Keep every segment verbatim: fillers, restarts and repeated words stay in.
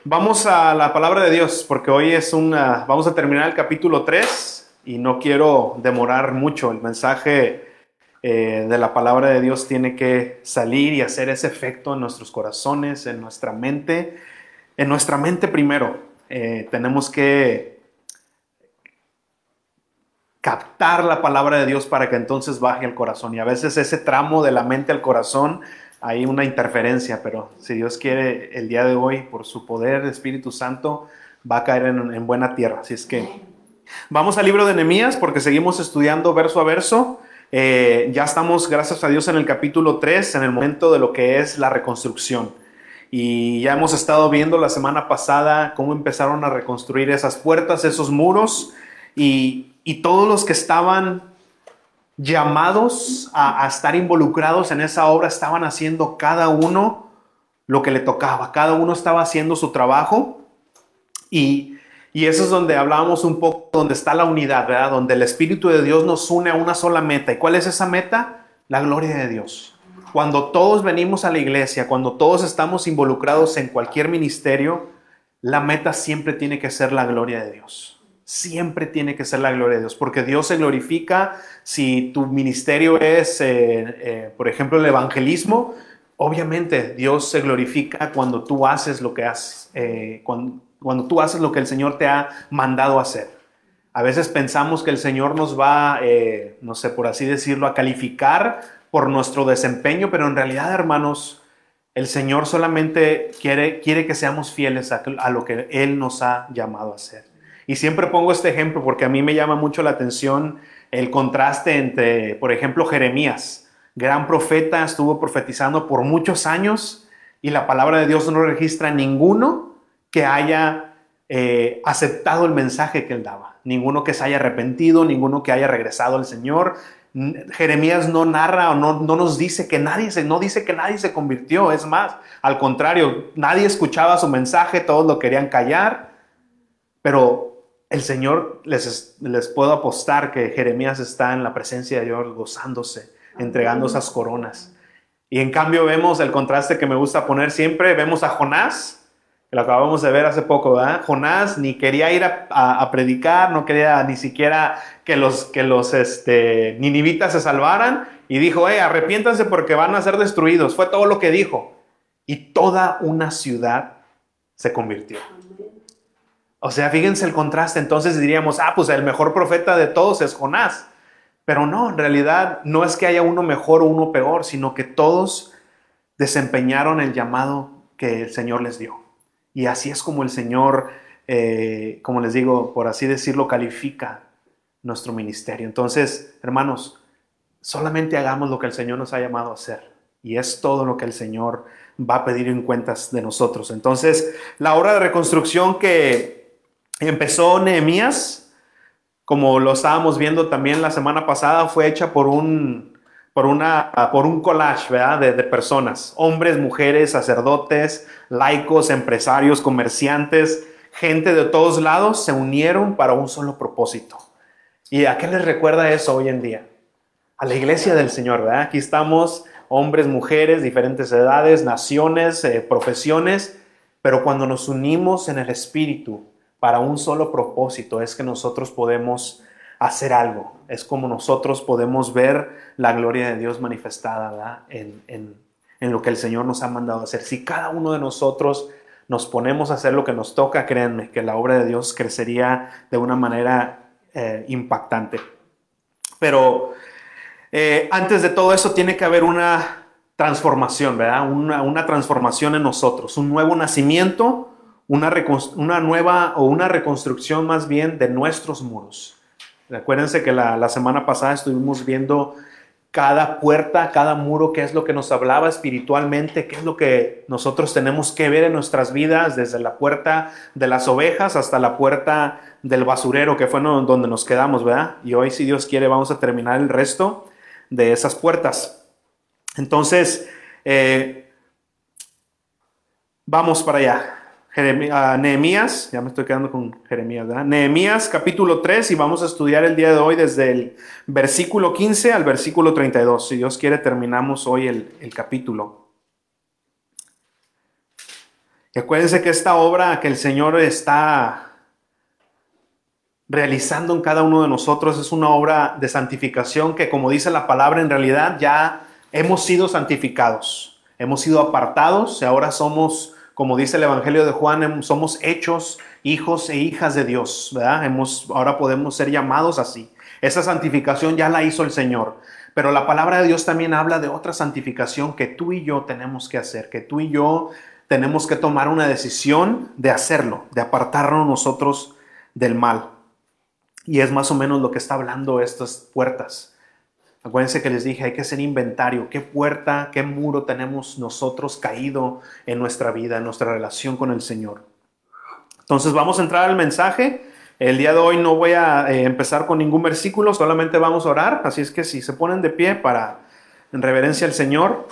Vamos a la palabra de Dios, porque hoy es una, vamos a terminar el capítulo tres y no quiero demorar mucho. El mensaje eh, de la palabra de Dios tiene que salir y hacer ese efecto en nuestros corazones, en nuestra mente, en nuestra mente primero. Eh, tenemos que captar la palabra de Dios para que entonces baje al corazón. Y a veces ese tramo de la mente al corazón hay una interferencia, pero si Dios quiere, el día de hoy, por su poder, Espíritu Santo, va a caer en, en buena tierra. Así es que vamos al libro de Nehemías porque seguimos estudiando verso a verso. Eh, ya estamos, gracias a Dios, en el capítulo tres, en el momento de lo que es la reconstrucción. Y ya hemos estado viendo la semana pasada cómo empezaron a reconstruir esas puertas, esos muros, y, y todos los que estaban llamados a, a estar involucrados en esa obra estaban haciendo cada uno lo que le tocaba, cada uno estaba haciendo su trabajo y, y eso es donde hablábamos un poco, donde está la unidad, ¿verdad? Donde el Espíritu de Dios nos une a una sola meta. ¿Y cuál es esa meta? La gloria de Dios. Cuando todos venimos a la iglesia, cuando todos estamos involucrados en cualquier ministerio, la meta siempre tiene que ser la gloria de Dios. Siempre tiene que ser la gloria de Dios, porque Dios se glorifica si tu ministerio es, eh, eh, por ejemplo, el evangelismo. Obviamente Dios se glorifica cuando tú haces lo que haces, eh, cuando, cuando tú haces lo que el Señor te ha mandado hacer. A veces pensamos que el Señor nos va, eh, no sé, por así decirlo, a calificar por nuestro desempeño, pero en realidad, hermanos, el Señor solamente quiere, quiere que seamos fieles a, a lo que Él nos ha llamado a hacer. Y siempre pongo este ejemplo porque a mí me llama mucho la atención el contraste entre, por ejemplo, Jeremías, gran profeta, estuvo profetizando por muchos años y la palabra de Dios no registra ninguno que haya eh, aceptado el mensaje que él daba, ninguno que se haya arrepentido, ninguno que haya regresado al Señor. Jeremías no narra o no, no nos dice que nadie se, no dice que nadie se convirtió, es más, al contrario, nadie escuchaba su mensaje, todos lo querían callar, pero el Señor, les, les puedo apostar que Jeremías está en la presencia de Dios gozándose, entregando esas coronas. Y en cambio vemos el contraste que me gusta poner siempre, vemos a Jonás, que lo acabamos de ver hace poco, ¿verdad? Jonás ni quería ir a, a, a predicar, no quería ni siquiera que los, que los este, ninivitas se salvaran, y dijo, hey, arrepiéntanse porque van a ser destruidos. Fue todo lo que dijo. Y toda una ciudad se convirtió. O sea, fíjense el contraste. Entonces diríamos, ah, pues el mejor profeta de todos es Jonás. Pero no, en realidad no es que haya uno mejor o uno peor, sino que todos desempeñaron el llamado que el Señor les dio. Y así es como el Señor, eh, como les digo, por así decirlo, califica nuestro ministerio. Entonces, hermanos, solamente hagamos lo que el Señor nos ha llamado a hacer. Y es todo lo que el Señor va a pedir en cuentas de nosotros. Entonces, la obra de reconstrucción que empezó Nehemías, como lo estábamos viendo también la semana pasada, fue hecha por un, por una, por un collage, ¿verdad? De, de personas, hombres, mujeres, sacerdotes, laicos, empresarios, comerciantes, gente de todos lados se unieron para un solo propósito. ¿Y a qué les recuerda eso hoy en día? A la iglesia del Señor, ¿verdad? Aquí estamos, hombres, mujeres, diferentes edades, naciones, eh, profesiones, pero cuando nos unimos en el Espíritu, para un solo propósito, es que nosotros podemos hacer algo. Es como nosotros podemos ver la gloria de Dios manifestada, ¿verdad? En, en, en lo que el Señor nos ha mandado hacer. Si cada uno de nosotros nos ponemos a hacer lo que nos toca, créanme que la obra de Dios crecería de una manera eh, impactante. Pero eh, antes de todo eso tiene que haber una transformación, ¿verdad? Una, una transformación en nosotros, un nuevo nacimiento, Una, una nueva o una reconstrucción más bien de nuestros muros. Acuérdense que la, la semana pasada estuvimos viendo cada puerta, cada muro, qué es lo que nos hablaba espiritualmente, qué es lo que nosotros tenemos que ver en nuestras vidas, desde la puerta de las ovejas hasta la puerta del basurero, que fue donde nos quedamos, ¿verdad? Y hoy, si Dios quiere, vamos a terminar el resto de esas puertas. Entonces, eh, vamos para allá. Jeremías, Nehemías, ya me estoy quedando con Jeremías, ¿verdad? Nehemías capítulo tres, y vamos a estudiar el día de hoy desde el versículo quince al versículo treinta y dos. Si Dios quiere, terminamos hoy el, el capítulo. Y acuérdense que esta obra que el Señor está realizando en cada uno de nosotros es una obra de santificación que, como dice la palabra, en realidad ya hemos sido santificados, hemos sido apartados y ahora somos, como dice el Evangelio de Juan, somos hechos hijos e hijas de Dios, ¿verdad? Hemos, ahora podemos ser llamados así. Esa santificación ya la hizo el Señor, pero la palabra de Dios también habla de otra santificación que tú y yo tenemos que hacer, que tú y yo tenemos que tomar una decisión de hacerlo, de apartarnos nosotros del mal. Y es más o menos lo que está hablando estas puertas. Acuérdense que les dije, hay que hacer inventario. ¿Qué puerta, qué muro tenemos nosotros caído en nuestra vida, en nuestra relación con el Señor? Entonces vamos a entrar al mensaje. El día de hoy no voy a eh, empezar con ningún versículo, solamente vamos a orar. Así es que si se ponen de pie para en reverencia al Señor,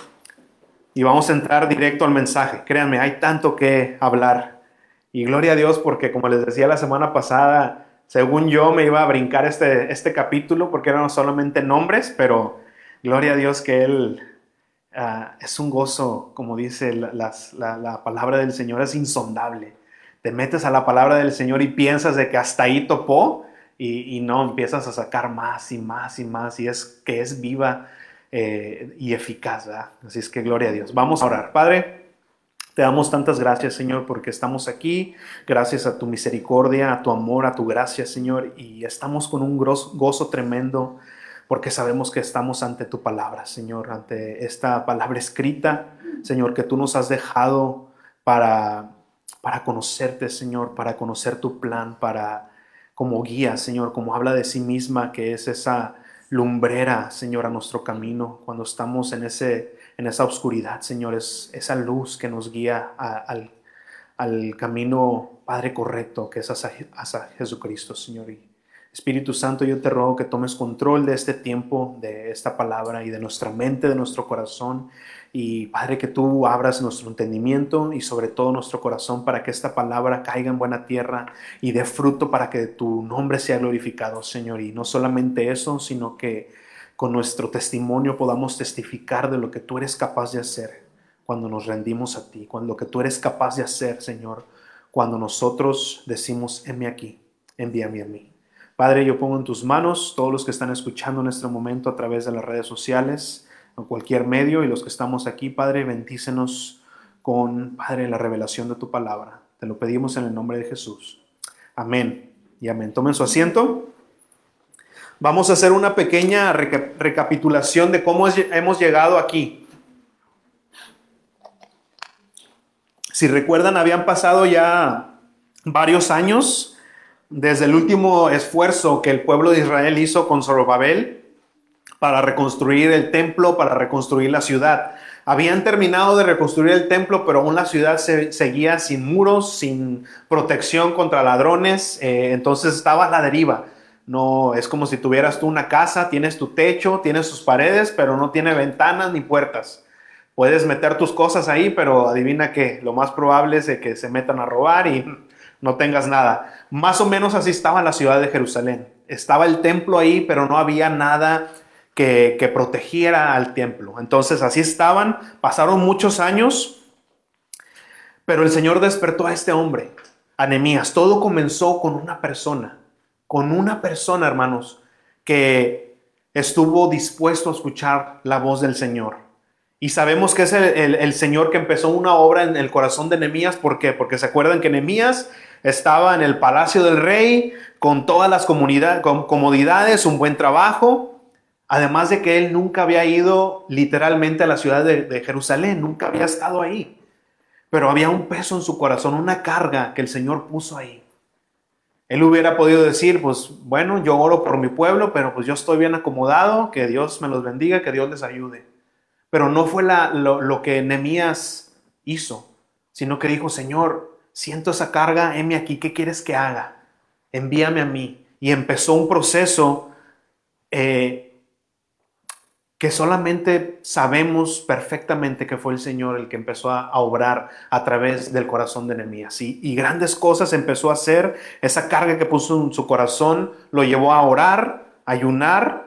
y vamos a entrar directo al mensaje. Créanme, hay tanto que hablar. Y gloria a Dios porque, como les decía la semana pasada, según yo me iba a brincar este, este capítulo porque eran solamente nombres, pero gloria a Dios que Él uh, es un gozo, como dice la, las, la, la palabra del Señor, es insondable. Te metes a la palabra del Señor y piensas de que hasta ahí topó y, y no, empiezas a sacar más y más y más y es que es viva eh, y eficaz, ¿verdad? Así es que gloria a Dios. Vamos a orar. Padre, te damos tantas gracias, Señor, porque estamos aquí, gracias a tu misericordia, a tu amor, a tu gracia, Señor, y estamos con un gozo tremendo porque sabemos que estamos ante tu palabra, Señor, ante esta palabra escrita, Señor, que tú nos has dejado para, para conocerte, Señor, para conocer tu plan, para como guía, Señor, como habla de sí misma, que es esa lumbrera, Señor, a nuestro camino, cuando estamos en ese en esa oscuridad, Señor, es esa luz que nos guía a, al, al camino, Padre, correcto, que es hacia, hacia Jesucristo, Señor. Y Espíritu Santo, yo te ruego que tomes control de este tiempo, de esta palabra y de nuestra mente, de nuestro corazón. Y, Padre, que tú abras nuestro entendimiento y sobre todo nuestro corazón para que esta palabra caiga en buena tierra y dé fruto para que tu nombre sea glorificado, Señor. Y no solamente eso, sino que con nuestro testimonio podamos testificar de lo que tú eres capaz de hacer cuando nos rendimos a ti, cuando lo que tú eres capaz de hacer, Señor, cuando nosotros decimos, heme aquí, envíame a mí. Padre, yo pongo en tus manos todos los que están escuchando en este momento a través de las redes sociales, en cualquier medio, y los que estamos aquí, Padre, bendícenos con, Padre, la revelación de tu palabra. Te lo pedimos en el nombre de Jesús. Amén y amén. Tomen su asiento. Vamos a hacer una pequeña reca- recapitulación de cómo es, hemos llegado aquí. Si recuerdan, habían pasado ya varios años desde el último esfuerzo que el pueblo de Israel hizo con Zorobabel para reconstruir el templo, para reconstruir la ciudad. Habían terminado de reconstruir el templo, pero aún la ciudad se, seguía sin muros, sin protección contra ladrones, eh, entonces estaba a la deriva. No, es como si tuvieras tú una casa, tienes tu techo, tienes sus paredes, pero no tiene ventanas ni puertas. Puedes meter tus cosas ahí, pero adivina que lo más probable es de que se metan a robar y no tengas nada. Más o menos así estaba la ciudad de Jerusalén. Estaba el templo ahí, pero no había nada que, que protegiera al templo. Entonces así estaban, pasaron muchos años, pero el Señor despertó a este hombre, a Nehemías. Todo comenzó con una persona. Con una persona, hermanos, que estuvo dispuesto a escuchar la voz del Señor. Y sabemos que es el, el, el Señor que empezó una obra en el corazón de Nehemías. ¿Por qué? Porque se acuerdan que Nehemías estaba en el palacio del rey, con todas las con comodidades, un buen trabajo. Además de que él nunca había ido literalmente a la ciudad de, de Jerusalén, nunca había estado ahí. Pero había un peso en su corazón, una carga que el Señor puso ahí. Él hubiera podido decir, pues bueno, yo oro por mi pueblo, pero pues yo estoy bien acomodado, que Dios me los bendiga, que Dios les ayude. Pero no fue la, lo, lo que Nehemías hizo, sino que dijo, Señor, siento esa carga, heme aquí, ¿qué quieres que haga? Envíame a mí. Y empezó un proceso eh, que solamente sabemos perfectamente que fue el Señor el que empezó a, a obrar a través del corazón de Nehemías. Y, y grandes cosas empezó a hacer. Esa carga que puso en su corazón lo llevó a orar, ayunar,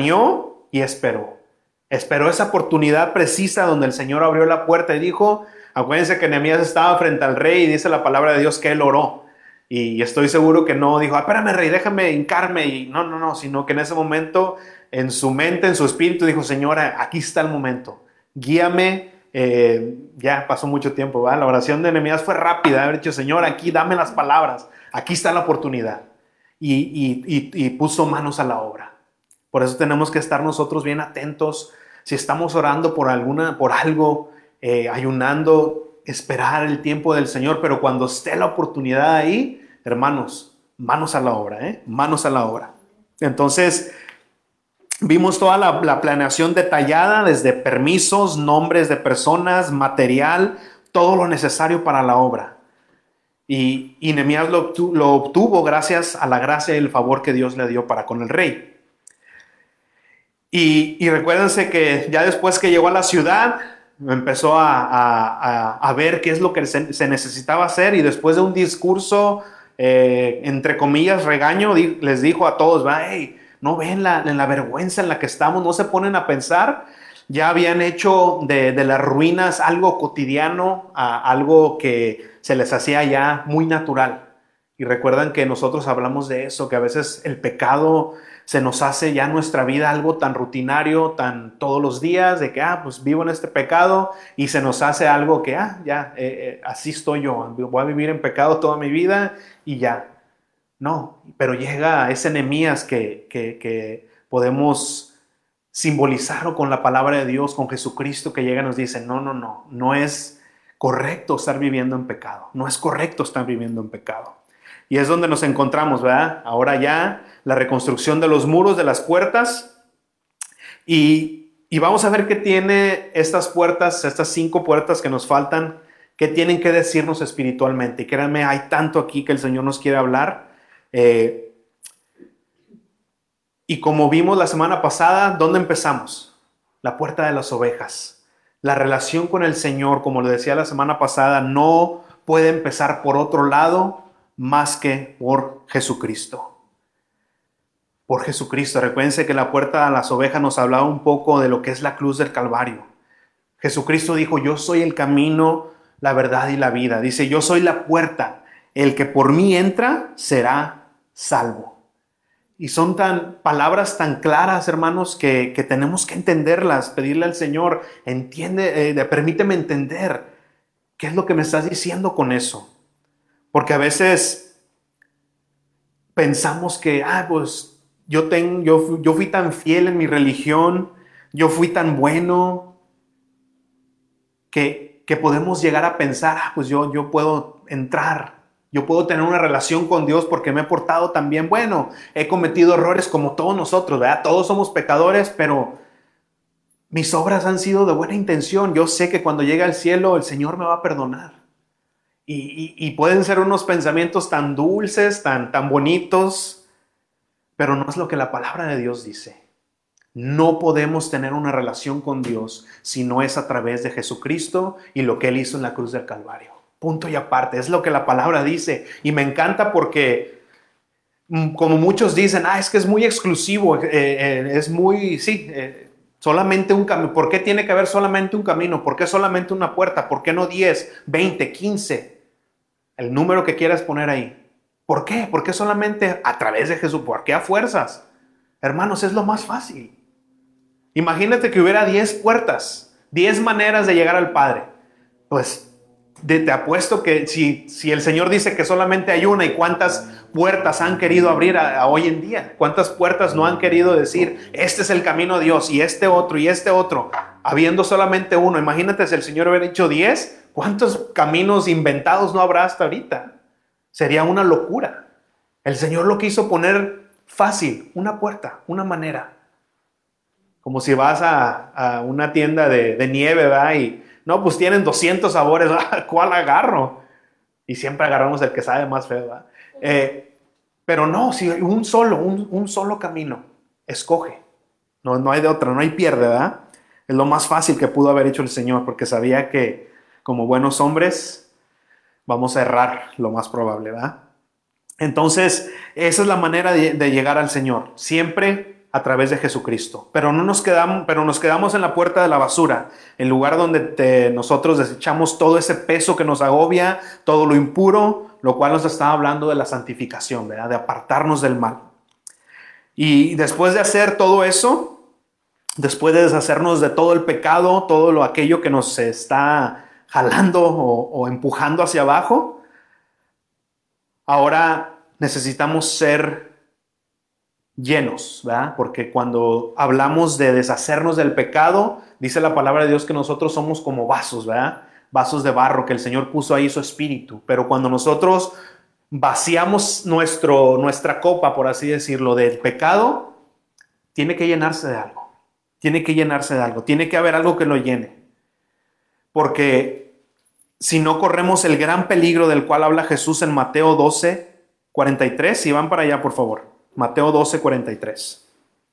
planeó y esperó. Esperó esa oportunidad precisa donde el Señor abrió la puerta y dijo, Acuérdense que Nehemías estaba frente al rey y dice la palabra de Dios que él oró. Y estoy seguro que no dijo, ah, espérame, rey, déjame hincarme. Y no, no, no, sino que en ese momento, en su mente, en su espíritu, dijo, Señora, aquí está el momento. Guíame. Eh, ya pasó mucho tiempo, ¿verdad? La oración de Nehemías fue rápida. Haber dicho, Señor, aquí dame las palabras. Aquí está la oportunidad. Y, y, y, y puso manos a la obra. Por eso tenemos que estar nosotros bien atentos. Si estamos orando por, alguna, por algo, eh, ayunando, esperar el tiempo del Señor, pero cuando esté la oportunidad ahí, hermanos, manos a la obra, ¿eh? Manos a la obra. Entonces, vimos toda la, la planeación detallada, desde permisos, nombres de personas, material, todo lo necesario para la obra. Y, y Nehemías lo, lo obtuvo gracias a la gracia y el favor que Dios le dio para con el rey. Y, y recuérdense que ya después que llegó a la ciudad, empezó a, a, a ver qué es lo que se, se necesitaba hacer, y después de un discurso, eh, entre comillas, regaño, di, les dijo a todos, va, hey, no ven la, en la vergüenza en la que estamos, no se ponen a pensar. Ya habían hecho de, de las ruinas algo cotidiano, a algo que se les hacía ya muy natural. Y recuerdan que nosotros hablamos de eso, que a veces el pecado se nos hace ya nuestra vida algo tan rutinario, tan todos los días, de que, ah, pues vivo en este pecado, y se nos hace algo que, ah, ya, eh, eh, así estoy yo, voy a vivir en pecado toda mi vida y ya. No, pero llega ese Nehemías que, que, que podemos simbolizarlo con la palabra de Dios, con Jesucristo, que llega y nos dice, no, no, no, no es correcto estar viviendo en pecado, no es correcto estar viviendo en pecado. Y es donde nos encontramos, ¿verdad? Ahora ya la reconstrucción de los muros, de las puertas. Y, y vamos a ver qué tiene estas puertas, estas cinco puertas que nos faltan, qué tienen que decirnos espiritualmente. Y créanme, hay tanto aquí que el Señor nos quiere hablar. Eh, y como vimos la semana pasada, ¿dónde empezamos? La puerta de las ovejas. La relación con el Señor, como lo decía la semana pasada, no puede empezar por otro lado más que por Jesucristo. Por Jesucristo. Recuérdense que la puerta a las ovejas nos hablaba un poco de lo que es la cruz del Calvario. Jesucristo dijo, yo soy el camino, la verdad y la vida. Dice, yo soy la puerta. El que por mí entra será salvo. Y son tan palabras tan claras, hermanos, que, que tenemos que entenderlas, pedirle al Señor, entiende, eh, permíteme entender qué es lo que me estás diciendo con eso. Porque a veces pensamos que, ah, pues yo, tengo, yo, yo fui tan fiel en mi religión, yo fui tan bueno, que, que podemos llegar a pensar, ah, pues yo, yo puedo entrar, yo puedo tener una relación con Dios porque me he portado tan bien. Bueno, he cometido errores como todos nosotros, ¿verdad? Todos somos pecadores, pero mis obras han sido de buena intención. Yo sé que cuando llegue al cielo el Señor me va a perdonar. Y, y, y pueden ser unos pensamientos tan dulces, tan, tan bonitos, pero no es lo que la palabra de Dios dice. No podemos tener una relación con Dios si no es a través de Jesucristo y lo que Él hizo en la cruz del Calvario. Punto y aparte, es lo que la palabra dice. Y me encanta porque, como muchos dicen, ah, es que es muy exclusivo, eh, eh, es muy, sí, eh, solamente un camino. ¿Por qué tiene que haber solamente un camino? ¿Por qué solamente una puerta? ¿Por qué no diez, veinte, quince? El número que quieras poner ahí. ¿Por qué? ¿Por qué solamente a través de Jesús? ¿Por qué a fuerzas? Hermanos, es lo más fácil. Imagínate que hubiera diez puertas, diez maneras de llegar al Padre. Pues de, te apuesto que si, si el Señor dice que solamente hay una, ¿y cuántas puertas han querido abrir a, a hoy en día? ¿Cuántas puertas no han querido decir, este es el camino de Dios, y este otro, y este otro, habiendo solamente uno? Imagínate si el Señor hubiera dicho diez, ¿cuántos caminos inventados no habrá hasta ahorita? Sería una locura. El Señor lo quiso poner fácil, una puerta, una manera. Como si vas a, a una tienda de, de nieve, ¿verdad? Y no, pues tienen doscientos sabores, ¿cuál agarro? Y siempre agarramos el que sabe más feo, ¿verdad? Eh, pero no, si un solo, un, un solo camino, escoge. No, no hay de otra, no hay pierde, ¿verdad? Es lo más fácil que pudo haber hecho el Señor, porque sabía que como buenos hombres vamos a errar lo más probable, ¿verdad? Entonces, esa es la manera de, de llegar al Señor. Siempre a través de Jesucristo. Pero no nos quedamos, pero nos quedamos en la puerta de la basura, el lugar donde te, nosotros desechamos todo ese peso que nos agobia, todo lo impuro, lo cual nos está hablando de la santificación, ¿verdad? De apartarnos del mal. Y después de hacer todo eso, después de deshacernos de todo el pecado, todo lo aquello que nos está jalando o, o empujando hacia abajo, ahora necesitamos ser llenos, ¿verdad? Porque cuando hablamos de deshacernos del pecado, dice la palabra de Dios que nosotros somos como vasos, ¿verdad? Vasos de barro que el Señor puso ahí su espíritu. Pero cuando nosotros vaciamos nuestro, nuestra copa, por así decirlo, del pecado, tiene que llenarse de algo. Tiene que llenarse de algo. Tiene que haber algo que lo llene. Porque si no corremos el gran peligro del cual habla Jesús en Mateo doce, cuarenta y tres, si van para allá, por favor. Mateo doce, cuarenta y tres.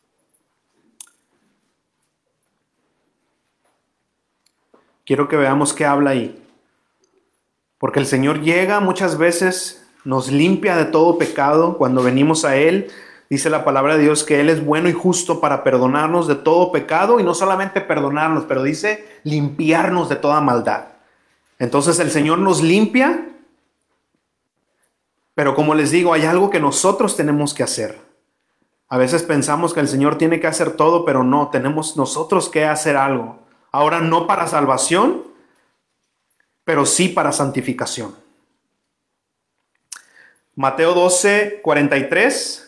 Quiero que veamos qué habla ahí. Porque el Señor llega muchas veces, nos limpia de todo pecado. Cuando venimos a Él, dice la palabra de Dios que Él es bueno y justo para perdonarnos de todo pecado. Y no solamente perdonarnos, pero dice limpiarnos de toda maldad. Entonces el Señor nos limpia. Pero como les digo, hay algo que nosotros tenemos que hacer. A veces pensamos que el Señor tiene que hacer todo, pero no, tenemos nosotros que hacer algo. Ahora no para salvación, pero sí para santificación. Mateo doce, cuarenta y tres.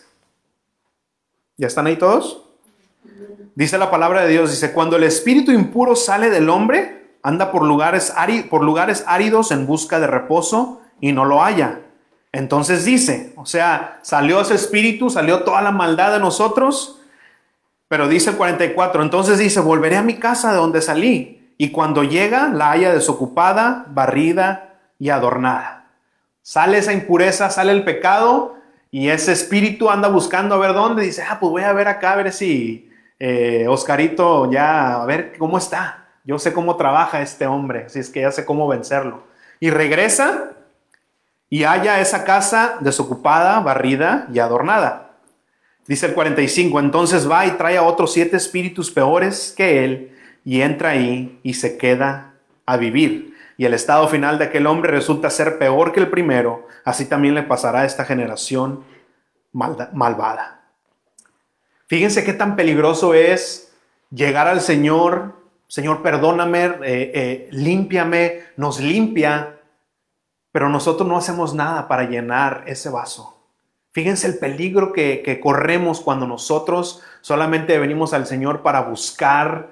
¿Ya están ahí todos? Dice la palabra de Dios, dice, cuando el espíritu impuro sale del hombre, anda por lugares, áridos, por lugares áridos en busca de reposo y no lo halla. Entonces dice, o sea, salió ese espíritu, salió toda la maldad de nosotros, pero dice el cuarenta y cuatro, entonces dice, volveré a mi casa de donde salí, y cuando llega la halla desocupada, barrida y adornada. Sale esa impureza, sale el pecado, y ese espíritu anda buscando a ver dónde, dice, ah, pues voy a ver acá, a ver si eh, Oscarito ya, a ver cómo está. Yo sé cómo trabaja este hombre, así es que ya sé cómo vencerlo. Y regresa y halla esa casa desocupada, barrida y adornada. Dice el cuarenta y cinco, entonces va y trae a otros siete espíritus peores que él y entra ahí y se queda a vivir. Y el estado final de aquel hombre resulta ser peor que el primero. Así también le pasará a esta generación malvada. Fíjense qué tan peligroso es llegar al Señor. Señor, perdóname, eh, eh, límpiame, nos limpia. Pero nosotros no hacemos nada para llenar ese vaso. Fíjense el peligro que, que corremos cuando nosotros solamente venimos al Señor para buscar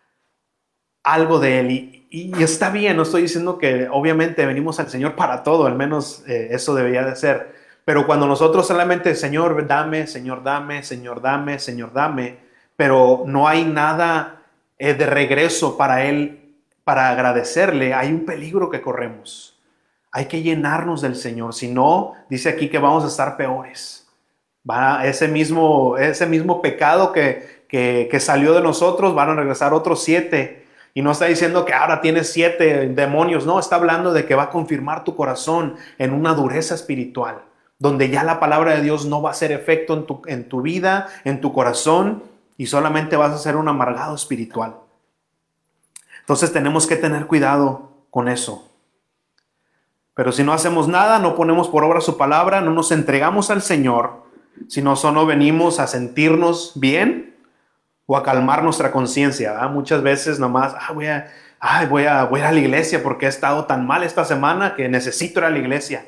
algo de Él. Y, y está bien, no estoy diciendo que obviamente venimos al Señor para todo, al menos eh, eso debería de ser. Pero cuando nosotros solamente, Señor, dame, Señor, dame, Señor, dame, Señor, dame, pero no hay nada eh, de regreso para Él, para agradecerle, hay un peligro que corremos. Hay que llenarnos del Señor, si no, dice aquí que vamos a estar peores. Va ese mismo, ese mismo pecado que, que, que salió de nosotros, van a regresar otros siete. Y no está diciendo que ahora tienes siete demonios, no, está hablando de que va a confirmar tu corazón en una dureza espiritual, donde ya la palabra de Dios no va a hacer efecto en tu, en tu vida, en tu corazón, y solamente vas a ser un amargado espiritual. Entonces tenemos que tener cuidado con eso. Pero si no hacemos nada, no ponemos por obra su palabra, no nos entregamos al Señor, sino solo venimos a sentirnos bien o a calmar nuestra conciencia. ¿verdad? Muchas veces nomás, ah, voy, a, ah, voy, a, voy a ir a la iglesia porque he estado tan mal esta semana que necesito ir a la iglesia.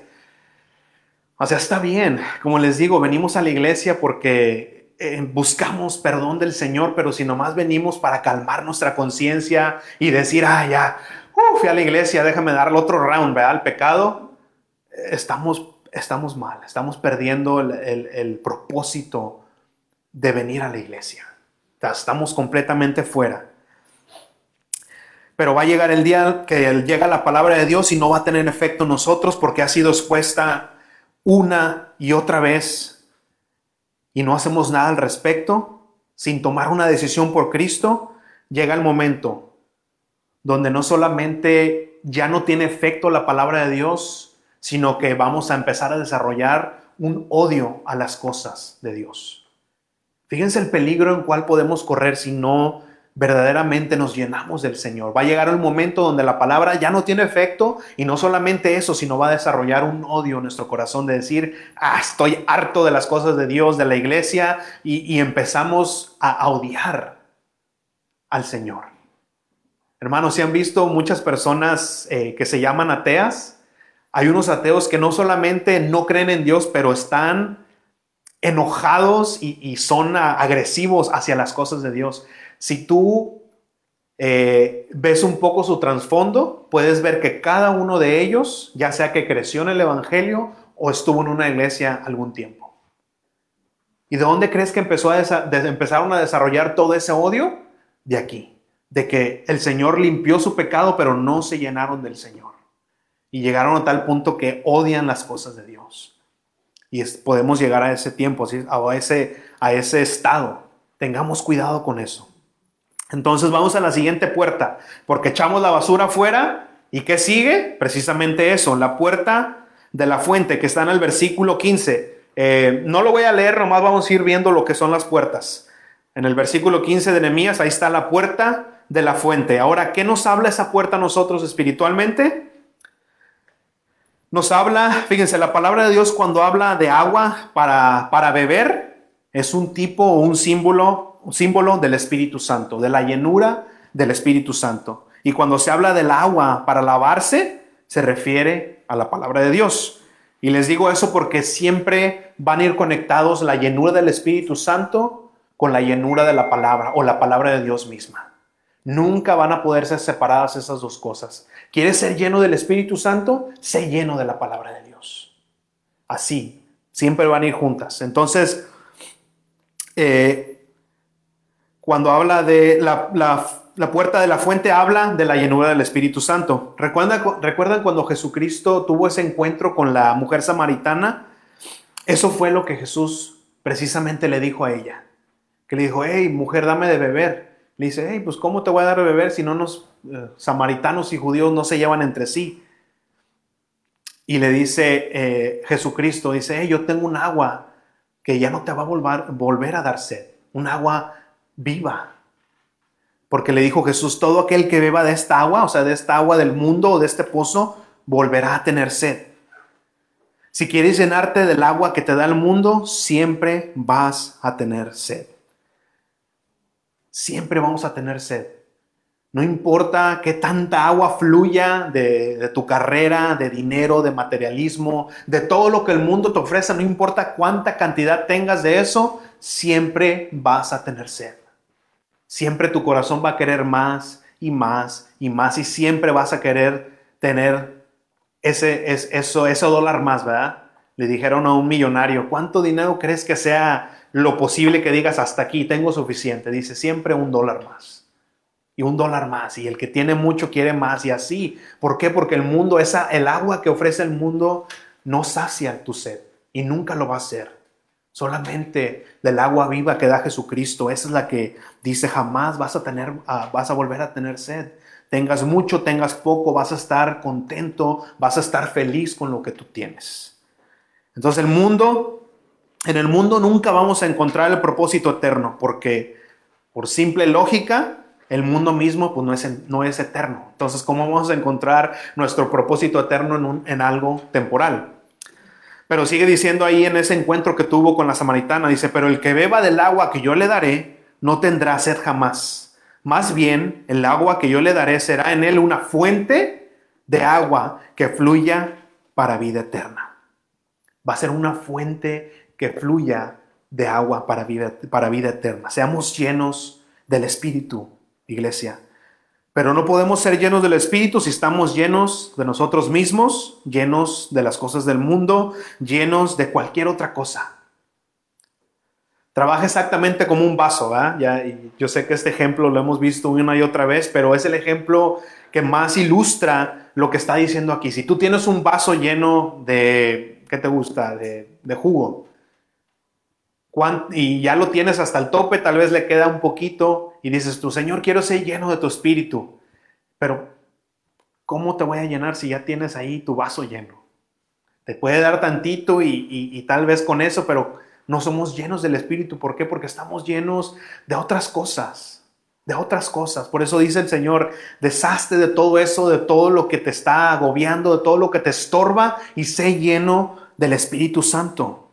O sea, está bien. Como les digo, venimos a la iglesia porque eh, buscamos perdón del Señor, pero si nomás venimos para calmar nuestra conciencia y decir, ah, ya, Uh, fui a la iglesia, déjame darle otro round, ¿verdad? Al pecado, estamos, estamos mal, estamos perdiendo el, el, el propósito de venir a la iglesia. O sea, estamos completamente fuera. Pero va a llegar el día que llega la palabra de Dios y no va a tener efecto en nosotros porque ha sido expuesta una y otra vez y no hacemos nada al respecto, sin tomar una decisión por Cristo. Llega el momento donde no solamente ya no tiene efecto la palabra de Dios, sino que vamos a empezar a desarrollar un odio a las cosas de Dios. Fíjense el peligro en cual podemos correr si no verdaderamente nos llenamos del Señor. Va a llegar un momento donde la palabra ya no tiene efecto, y no solamente eso, sino va a desarrollar un odio en nuestro corazón de decir, ah, estoy harto de las cosas de Dios, de la iglesia, y, y empezamos a, a odiar al Señor. Hermanos, ¿se han visto muchas personas eh, que se llaman ateas? Hay unos ateos que no solamente no creen en Dios, pero están enojados y, y son a, agresivos hacia las cosas de Dios. Si tú eh, ves un poco su trasfondo, puedes ver que cada uno de ellos, ya sea que creció en el Evangelio o estuvo en una iglesia algún tiempo. ¿Y de dónde crees que empezó a desa- de- empezaron a desarrollar todo ese odio? De aquí, de que el Señor limpió su pecado, pero no se llenaron del Señor. Y llegaron a tal punto que odian las cosas de Dios. Y es, podemos llegar a ese tiempo, ¿sí? a, ese, a ese estado. Tengamos cuidado con eso. Entonces vamos a la siguiente puerta, porque echamos la basura afuera. ¿Y qué sigue? Precisamente eso, la puerta de la fuente, que está en el versículo quince. Eh, no lo voy a leer, nomás vamos a ir viendo lo que son las puertas. En el versículo quince de Nehemías, ahí está la puerta de la fuente. Ahora, ¿qué nos habla esa puerta a nosotros espiritualmente? Nos habla, fíjense, la palabra de Dios cuando habla de agua para, para beber, es un tipo o un símbolo, un símbolo del Espíritu Santo, de la llenura del Espíritu Santo. Y cuando se habla del agua para lavarse, se refiere a la palabra de Dios. Y les digo eso porque siempre van a ir conectados la llenura del Espíritu Santo con la llenura de la palabra o la palabra de Dios misma. Nunca van a poder ser separadas esas dos cosas. ¿Quieres ser lleno del Espíritu Santo? Sé lleno de la palabra de Dios. Así, siempre van a ir juntas. Entonces, eh, cuando habla de la, la, la puerta de la fuente, habla de la llenura del Espíritu Santo. ¿Recuerdan, ¿Recuerdan cuando Jesucristo tuvo ese encuentro con la mujer samaritana? Eso fue lo que Jesús precisamente le dijo a ella. Que le dijo, hey, mujer, dame de beber. Le dice, hey, pues ¿cómo te voy a dar de beber si no nos, eh, samaritanos y judíos no se llevan entre sí? Y le dice eh, Jesucristo, dice, hey, yo tengo un agua que ya no te va a volver, volver a dar sed. Un agua viva. Porque le dijo Jesús, todo aquel que beba de esta agua, o sea, de esta agua del mundo o de este pozo, volverá a tener sed. Si quieres llenarte del agua que te da el mundo, siempre vas a tener sed. Siempre vamos a tener sed. No importa qué tanta agua fluya de, de tu carrera, de dinero, de materialismo, de todo lo que el mundo te ofrece, no importa cuánta cantidad tengas de eso, siempre vas a tener sed. Siempre tu corazón va a querer más y más y más, y siempre vas a querer tener ese, es, eso, ese dólar más, ¿verdad? Le dijeron a un millonario, ¿cuánto dinero crees que sea lo posible que digas hasta aquí, tengo suficiente? Dice, siempre un dólar más y un dólar más, y el que tiene mucho quiere más, y así. ¿Por qué? Porque el mundo, esa, el agua que ofrece el mundo no sacia tu sed y nunca lo va a hacer. Solamente del agua viva que da Jesucristo, esa es la que dice, jamás vas a tener, uh, vas a volver a tener sed. Tengas mucho, tengas poco, vas a estar contento, vas a estar feliz con lo que tú tienes. Entonces el mundo, en el mundo nunca vamos a encontrar el propósito eterno, porque por simple lógica, el mundo mismo pues no es, no es eterno. Entonces, ¿cómo vamos a encontrar nuestro propósito eterno en, un, en algo temporal? Pero sigue diciendo ahí en ese encuentro que tuvo con la samaritana, dice, pero el que beba del agua que yo le daré, no tendrá sed jamás. Más bien, el agua que yo le daré será en él una fuente de agua que fluya para vida eterna. Va a ser una fuente que fluya de agua para vida, para vida eterna. Seamos llenos del Espíritu, iglesia. Pero no podemos ser llenos del Espíritu si estamos llenos de nosotros mismos, llenos de las cosas del mundo, llenos de cualquier otra cosa. Trabaja exactamente como un vaso, ¿verdad? Ya, y yo sé que este ejemplo lo hemos visto una y otra vez, pero es el ejemplo que más ilustra lo que está diciendo aquí. Si tú tienes un vaso lleno de... ¿Qué te gusta? De, de jugo. Y ya lo tienes hasta el tope, tal vez le queda un poquito y dices tú, Señor, quiero ser lleno de tu Espíritu. Pero, ¿cómo te voy a llenar si ya tienes ahí tu vaso lleno? Te puede dar tantito y, y, y tal vez con eso, pero No somos llenos del Espíritu. ¿Por qué? Porque estamos llenos de otras cosas. De otras cosas. Por eso dice el Señor, deshazte de todo eso, de todo lo que te está agobiando, de todo lo que te estorba y sé lleno del Espíritu Santo.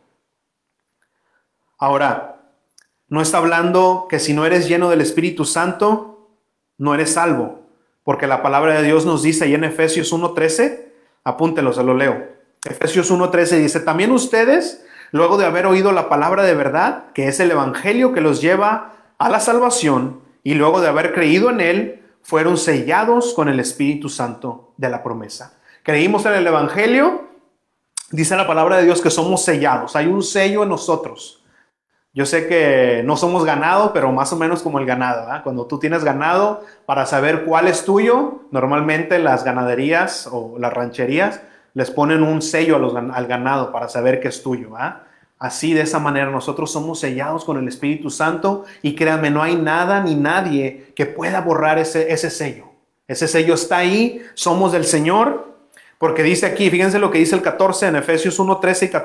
Ahora, no está hablando que si no eres lleno del Espíritu Santo, no eres salvo. Porque la palabra de Dios nos dice ahí en Efesios uno trece, apúntelo, se lo leo. Efesios uno trece dice, también ustedes, luego de haber oído la palabra de verdad, que es el evangelio que los lleva a la salvación, y luego de haber creído en él, fueron sellados con el Espíritu Santo de la promesa. Creímos en el evangelio, dice la palabra de Dios que somos sellados. Hay un sello en nosotros. Yo sé que no somos ganado, pero más o menos como el ganado, ¿eh? Cuando tú tienes ganado, para saber cuál es tuyo, normalmente las ganaderías o las rancherías les ponen un sello a los, al ganado para saber que es tuyo, ¿eh? Así, de esa manera, nosotros somos sellados con el Espíritu Santo y créanme, no hay nada ni nadie que pueda borrar ese, ese sello. Ese sello está ahí, somos del Señor, porque dice aquí, fíjense lo que dice el catorce en Efesios uno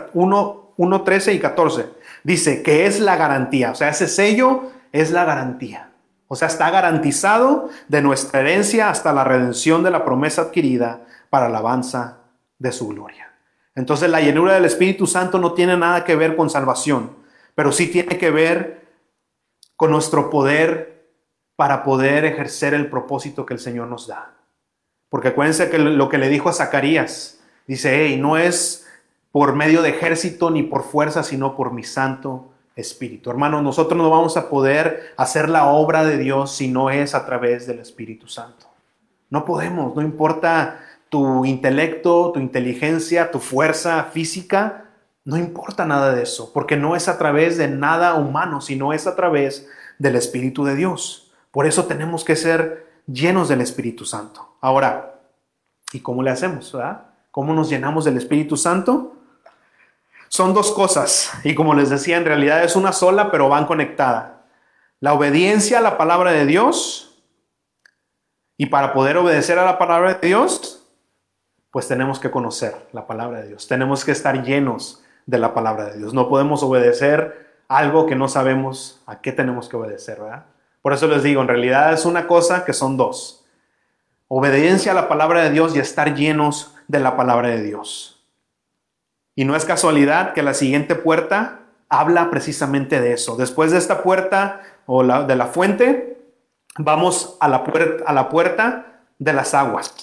trece y catorce. Dice que es la garantía, o sea, ese sello es la garantía. O sea, está garantizado de nuestra herencia hasta la redención de la promesa adquirida para alabanza de su gloria. Entonces la llenura del Espíritu Santo no tiene nada que ver con salvación, pero sí tiene que ver con nuestro poder para poder ejercer el propósito que el Señor nos da. Porque acuérdense que lo que le dijo a Zacarías, dice, hey, no es por medio de ejército ni por fuerza, sino por mi Santo Espíritu. Hermanos, nosotros no vamos a poder hacer la obra de Dios si no es a través del Espíritu Santo. No podemos, no importa tu intelecto, tu inteligencia, tu fuerza física, no importa nada de eso, porque no es a través de nada humano, sino es a través del Espíritu de Dios. Por eso tenemos que ser llenos del Espíritu Santo. Ahora, ¿y cómo le hacemos? ¿Verdad? ¿Cómo nos llenamos del Espíritu Santo? Son dos cosas, y como les decía, en realidad es una sola, pero van conectadas. La obediencia a la palabra de Dios, y para poder obedecer a la palabra de Dios, pues tenemos que conocer la palabra de Dios. Tenemos que estar llenos de la palabra de Dios. No podemos obedecer algo que no sabemos a qué tenemos que obedecer, ¿verdad? Por eso les digo, en realidad es una cosa que son dos. Obediencia a la palabra de Dios y estar llenos de la palabra de Dios. Y no es casualidad que la siguiente puerta habla precisamente de eso. Después de esta puerta o la, de la fuente, vamos a la, puerta, a la puerta de las aguas.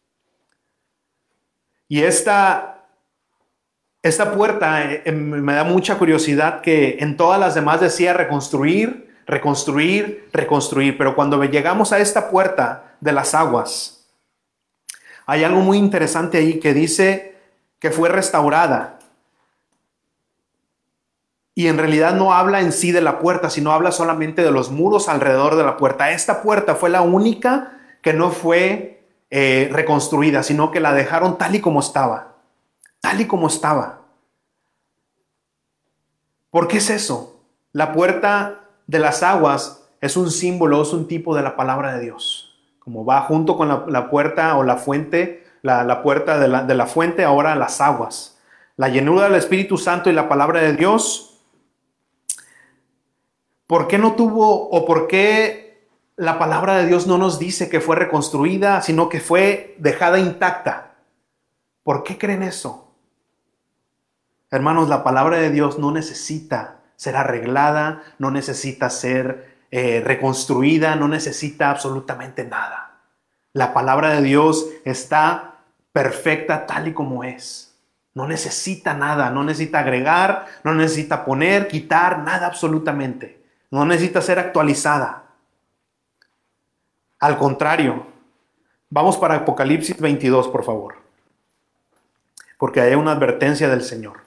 Y esta, esta puerta eh, me da mucha curiosidad que en todas las demás decía reconstruir, reconstruir, reconstruir. Pero cuando llegamos a esta puerta de las aguas, hay algo muy interesante ahí que dice que fue restaurada. Y en realidad no habla en sí de la puerta, sino habla solamente de los muros alrededor de la puerta. Esta puerta fue la única que no fue Eh, reconstruida, sino que la dejaron tal y como estaba, tal y como estaba. ¿Por qué es eso? La puerta de las aguas es un símbolo, es un tipo de la palabra de Dios. Como va junto con la, la puerta o la fuente, la, la puerta de la, de la fuente, ahora las aguas. La llenura del Espíritu Santo y la palabra de Dios. ¿Por qué no tuvo o por qué la palabra de Dios no nos dice que fue reconstruida, sino que fue dejada intacta? ¿Por qué creen eso? Hermanos, la palabra de Dios no necesita ser arreglada, no necesita ser eh, reconstruida, no necesita absolutamente nada. La palabra de Dios está perfecta tal y como es. No necesita nada, no necesita agregar, no necesita poner, quitar, nada absolutamente. No necesita ser actualizada. Al contrario, vamos para Apocalipsis veintidós, por favor, porque hay una advertencia del Señor.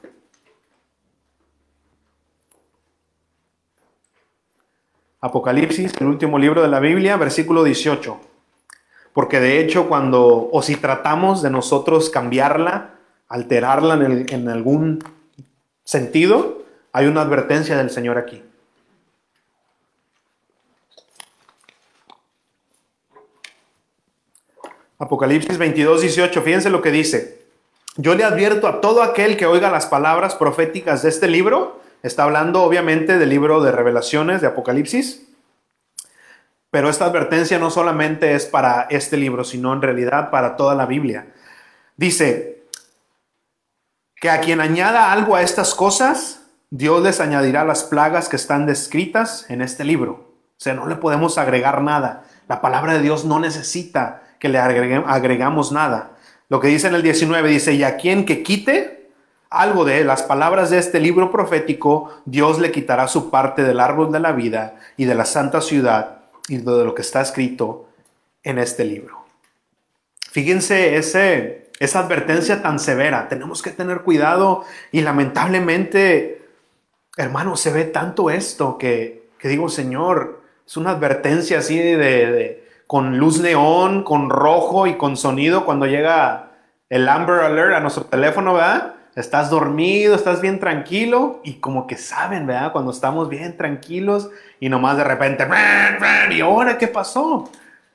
Apocalipsis, el último libro de la Biblia, versículo dieciocho. Porque de hecho, cuando o si tratamos de nosotros cambiarla, alterarla en, el, en algún sentido, hay una advertencia del Señor aquí. Apocalipsis veintidós, dieciocho, fíjense lo que dice. Yo le advierto a todo aquel que oiga las palabras proféticas de este libro Está hablando obviamente del libro de Revelaciones, de Apocalipsis, pero esta advertencia no solamente es para este libro, sino en realidad para toda la Biblia. Dice que a quien añada algo a estas cosas, Dios les añadirá las plagas que están descritas en este libro. O sea, no le podemos agregar nada. La palabra de Dios no necesita que le agregue, agregamos nada. Lo que dice en el diecinueve, dice, y a quien que quite algo de las palabras de este libro profético, Dios le quitará su parte del árbol de la vida y de la santa ciudad y de lo que está escrito en este libro. Fíjense ese, esa advertencia tan severa. Tenemos que tener cuidado y lamentablemente, hermanos, se ve tanto esto que, que digo, Señor, es una advertencia así de, de con luz neón, con rojo y con sonido cuando llega el Amber Alert a nuestro teléfono, ¿verdad? Estás dormido, estás bien tranquilo y como que saben, ¿verdad? Cuando estamos bien tranquilos y nomás de repente, ¿y ahora qué pasó?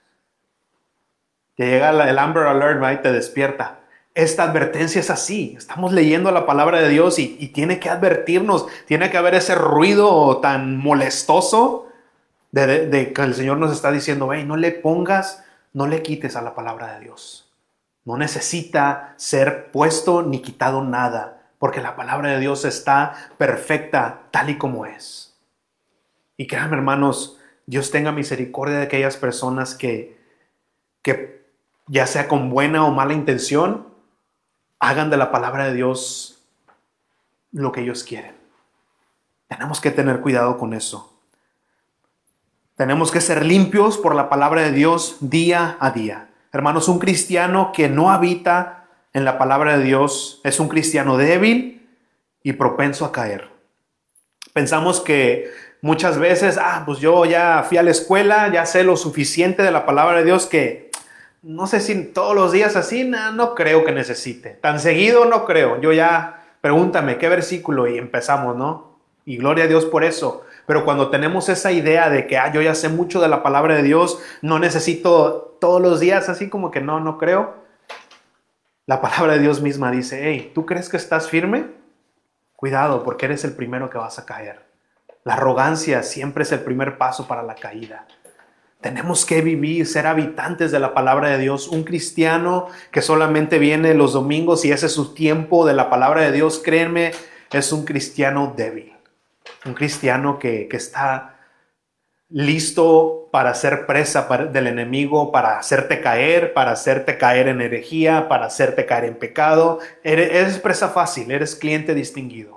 Te llega el Amber Alert, ¿verdad? Y te despierta. Esta advertencia es así. Estamos leyendo la palabra de Dios y, y tiene que advertirnos, tiene que haber ese ruido tan molestoso de, de, de que el Señor nos está diciendo, hey, no le pongas, no le quites a la palabra de Dios. No necesita ser puesto ni quitado nada, porque la palabra de Dios está perfecta tal y como es. Y créanme, hermanos, Dios tenga misericordia de aquellas personas que, que ya sea con buena o mala intención, hagan de la palabra de Dios lo que ellos quieren. Tenemos que tener cuidado con eso. Tenemos que ser limpios por la palabra de Dios día a día. Hermanos, un cristiano que no habita en la palabra de Dios es un cristiano débil y propenso a caer. Pensamos que muchas veces, ah, pues yo ya fui a la escuela, ya sé lo suficiente de la palabra de Dios que no sé si todos los días así, no, no creo que necesite. Tan seguido no creo. Yo ya, pregúntame, ¿qué versículo? Y empezamos, ¿no? Y gloria a Dios por eso. Pero cuando tenemos esa idea de que ah, yo ya sé mucho de la palabra de Dios, no necesito todos los días, así como que no, no creo. La palabra de Dios misma dice, hey, ¿tú crees que estás firme? Cuidado, porque eres el primero que vas a caer. La arrogancia siempre es el primer paso para la caída. Tenemos que vivir, ser habitantes de la palabra de Dios. Un cristiano que solamente viene los domingos y ese es su tiempo de la palabra de Dios, créanme, es un cristiano débil. Un cristiano que, que está listo para ser presa del enemigo, para hacerte caer, para hacerte caer en herejía, para hacerte caer en pecado. Eres, eres presa fácil, eres cliente distinguido.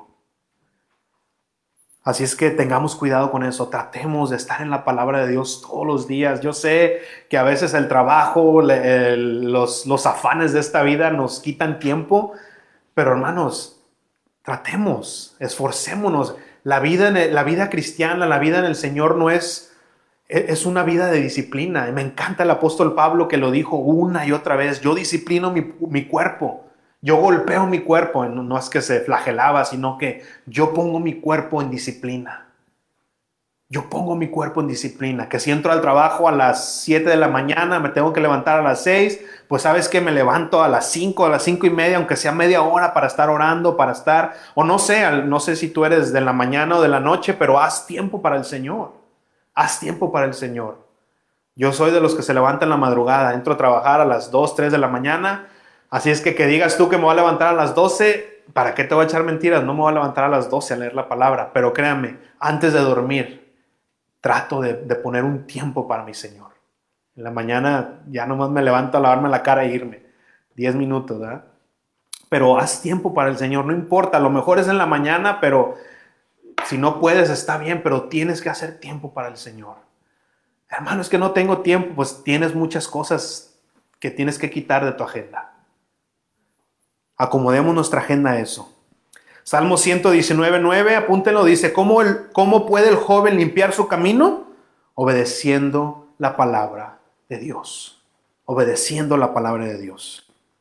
Así es que tengamos cuidado con eso. Tratemos de estar en la palabra de Dios todos los días. Yo sé que a veces el trabajo, el, los, los afanes de esta vida nos quitan tiempo, pero hermanos, tratemos, esforcémonos. La vida, en el, la vida cristiana, la vida en el Señor no es, es una vida de disciplina. Me encanta el apóstol Pablo que lo dijo una y otra vez. Yo disciplino mi, mi cuerpo. Yo golpeo mi cuerpo. No, no es que se flagelaba, sino que yo pongo mi cuerpo en disciplina. Yo pongo mi cuerpo en disciplina. Que si entro al trabajo a las siete de la mañana, me tengo que levantar a las seis, pues sabes que me levanto a las cinco, a las cinco y media, aunque sea media hora para estar orando, para estar, o no sé, no sé si tú eres de la mañana o de la noche, pero haz tiempo para el Señor. Haz tiempo para el Señor. Yo soy de los que se levantan en la madrugada, entro a trabajar a las dos, tres de la mañana, así es que que digas tú que me voy a levantar a las doce, ¿para qué te voy a echar mentiras? No me voy a levantar a las doce a leer la palabra, pero créanme, antes de dormir, trato de, de poner un tiempo para mi Señor. En la mañana ya nomás me levanto a lavarme la cara e irme. Diez minutos, ¿verdad? Pero haz tiempo para el Señor, no importa. A lo mejor es en la mañana, pero si no puedes está bien, pero tienes que hacer tiempo para el Señor. Hermano, es que no tengo tiempo, pues tienes muchas cosas que tienes que quitar de tu agenda. Acomodemos nuestra agenda a eso. Salmo ciento diecinueve, nueve, apúntenlo, dice, ¿cómo, el, ¿cómo puede el joven limpiar su camino? Obedeciendo la palabra de Dios. Obedeciendo la palabra de Dios.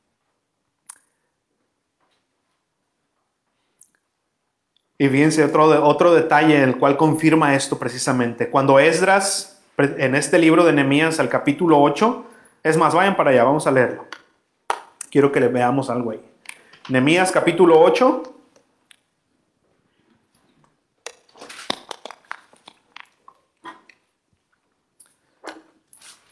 Y fíjense otro, otro detalle en el cual confirma esto precisamente. Cuando Esdras, en este libro de Nehemías, al capítulo ocho, es más, vayan para allá, vamos a leerlo. Quiero que le veamos algo ahí. Nehemías capítulo ocho.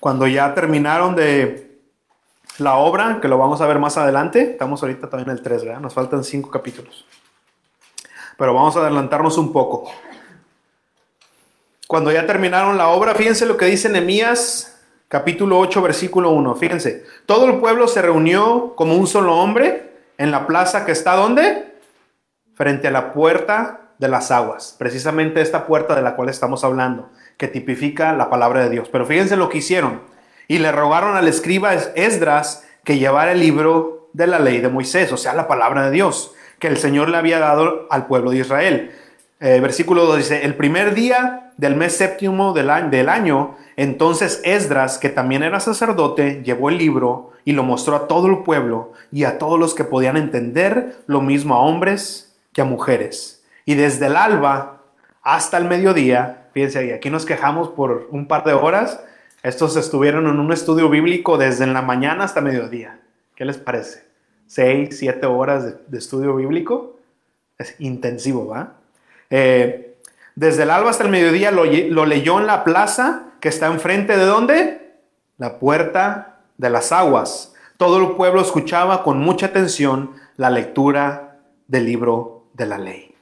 cuando ya terminaron de la obra, que lo vamos a ver más adelante, estamos ahorita todavía en el tres, ¿verdad? Nos faltan cinco capítulos. Pero vamos a adelantarnos un poco. Cuando ya terminaron la obra, fíjense lo que dice Nehemías, capítulo ocho, versículo uno. Fíjense, todo el pueblo se reunió como un solo hombre en la plaza que está, ¿dónde? Frente a la puerta de las aguas. Precisamente esta puerta de la cual estamos hablando, que tipifica la palabra de Dios. Pero fíjense lo que hicieron. Y le rogaron al escriba Esdras que llevara el libro de la ley de Moisés, o sea, la palabra de Dios, que el Señor le había dado al pueblo de Israel. Eh, versículo dos dice, el primer día del mes séptimo del año, del año, entonces Esdras, que también era sacerdote, llevó el libro y lo mostró a todo el pueblo y a todos los que podían entender, lo mismo a hombres que a mujeres. Y desde el alba hasta el mediodía, fíjense, aquí nos quejamos por un par de horas, estos estuvieron en un estudio bíblico desde en la mañana hasta mediodía. ¿Qué les parece? Seis, siete horas de, de estudio bíblico. Es intensivo, ¿va? Eh, desde el alba hasta el mediodía lo, lo leyó en la plaza que está enfrente de ¿dónde? La puerta de las aguas. Todo el pueblo escuchaba con mucha atención la lectura del libro de la ley.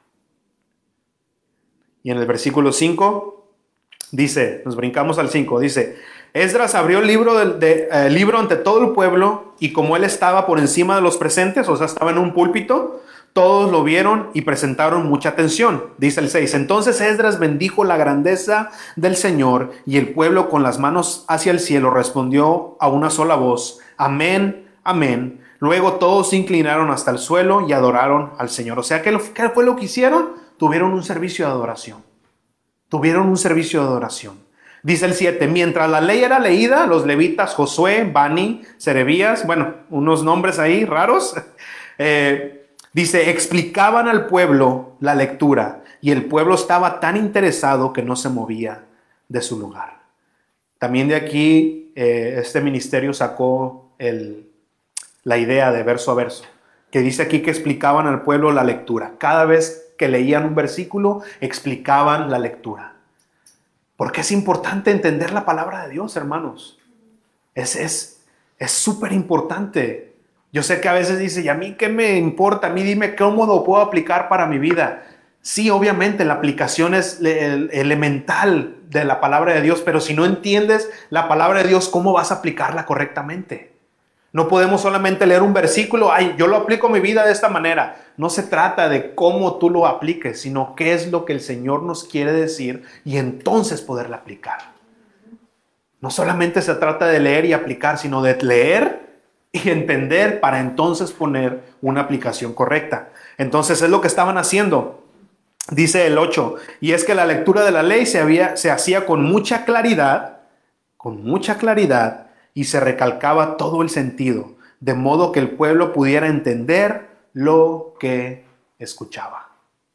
Y en el versículo cinco dice, nos brincamos al cinco, dice, Esdras abrió el libro, de, de, eh, libro ante todo el pueblo y como él estaba por encima de los presentes, o sea, estaba en un púlpito, todos lo vieron y presentaron mucha atención. Dice el seis, entonces Esdras bendijo la grandeza del Señor y el pueblo con las manos hacia el cielo respondió a una sola voz, amén, amén. Luego todos se inclinaron hasta el suelo y adoraron al Señor. O sea, ¿qué fue lo que hicieron? Tuvieron un servicio de adoración. Tuvieron un servicio de adoración. Dice el siete, mientras la ley era leída, los levitas Josué, Bani, Serebías, bueno, unos nombres ahí raros, eh, dice, explicaban al pueblo la lectura y el pueblo estaba tan interesado que no se movía de su lugar. También de aquí eh, este ministerio sacó el, la idea de verso a verso, que dice aquí que explicaban al pueblo la lectura. Cada vez que leían un versículo, explicaban la lectura. Porque es importante entender la palabra de Dios, hermanos. Es es es súper importante. Yo sé que a veces dice, ¿y a mí qué me importa? A mí dime cómo lo puedo aplicar para mi vida. Sí, obviamente la aplicación es elemental de la palabra de Dios, pero si no entiendes la palabra de Dios, ¿cómo vas a aplicarla correctamente? No podemos solamente leer un versículo, ay, yo lo aplico a mi vida de esta manera. No se trata de cómo tú lo apliques, sino qué es lo que el Señor nos quiere decir y entonces poderla aplicar. No solamente se trata de leer y aplicar, sino de leer y entender para entonces poner una aplicación correcta. Entonces es lo que estaban haciendo. Dice el ocho, y es que la lectura de la ley se, había, se hacía con mucha claridad, con mucha claridad, y se recalcaba todo el sentido, de modo que el pueblo pudiera entender lo que escuchaba.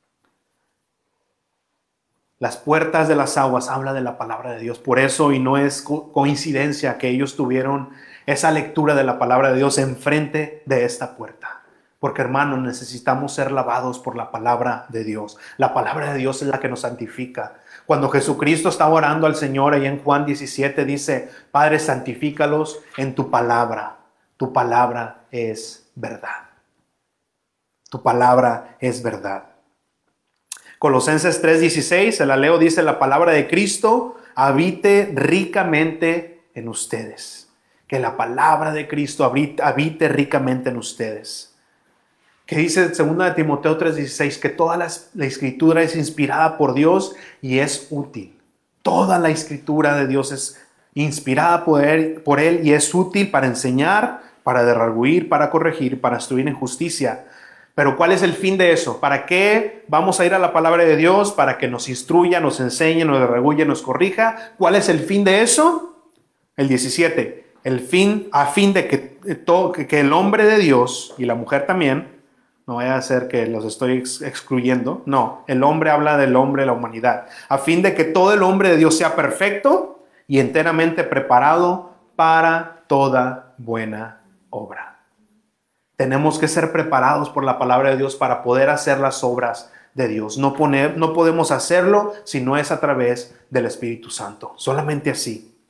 Las puertas de las aguas habla de la palabra de Dios. Por eso, y no es co- coincidencia que ellos tuvieron esa lectura de la palabra de Dios enfrente de esta puerta. Porque, hermanos, necesitamos ser lavados por la palabra de Dios. La palabra de Dios es la que nos santifica. Cuando Jesucristo estaba orando al Señor, ahí en Juan diecisiete dice, Padre, santifícalos en tu palabra. Tu palabra es verdad. Tu palabra es verdad. Colosenses tres dieciséis, se la leo, dice, la palabra de Cristo habite ricamente en ustedes. Que la palabra de Cristo habite, habite ricamente en ustedes. Que dice en dos de Timoteo tres dieciséis que toda la, la escritura es inspirada por Dios y es útil. Toda la escritura de Dios es inspirada por él, por él y es útil para enseñar, para derraguir, para corregir, para instruir en justicia. Pero ¿cuál es el fin de eso? ¿Para qué vamos a ir a la palabra de Dios? Para que nos instruya, nos enseñe, nos derraguye, nos corrija. ¿Cuál es el fin de eso? El diecisiete. El fin, a fin de que, todo, que el hombre de Dios y la mujer también, no vaya a ser que los estoy excluyendo. No, el hombre habla del hombre, la humanidad. A fin de que todo el hombre de Dios sea perfecto y enteramente preparado para toda buena obra. Tenemos que ser preparados por la palabra de Dios para poder hacer las obras de Dios. No, poner, no podemos hacerlo si no es a través del Espíritu Santo. Solamente así.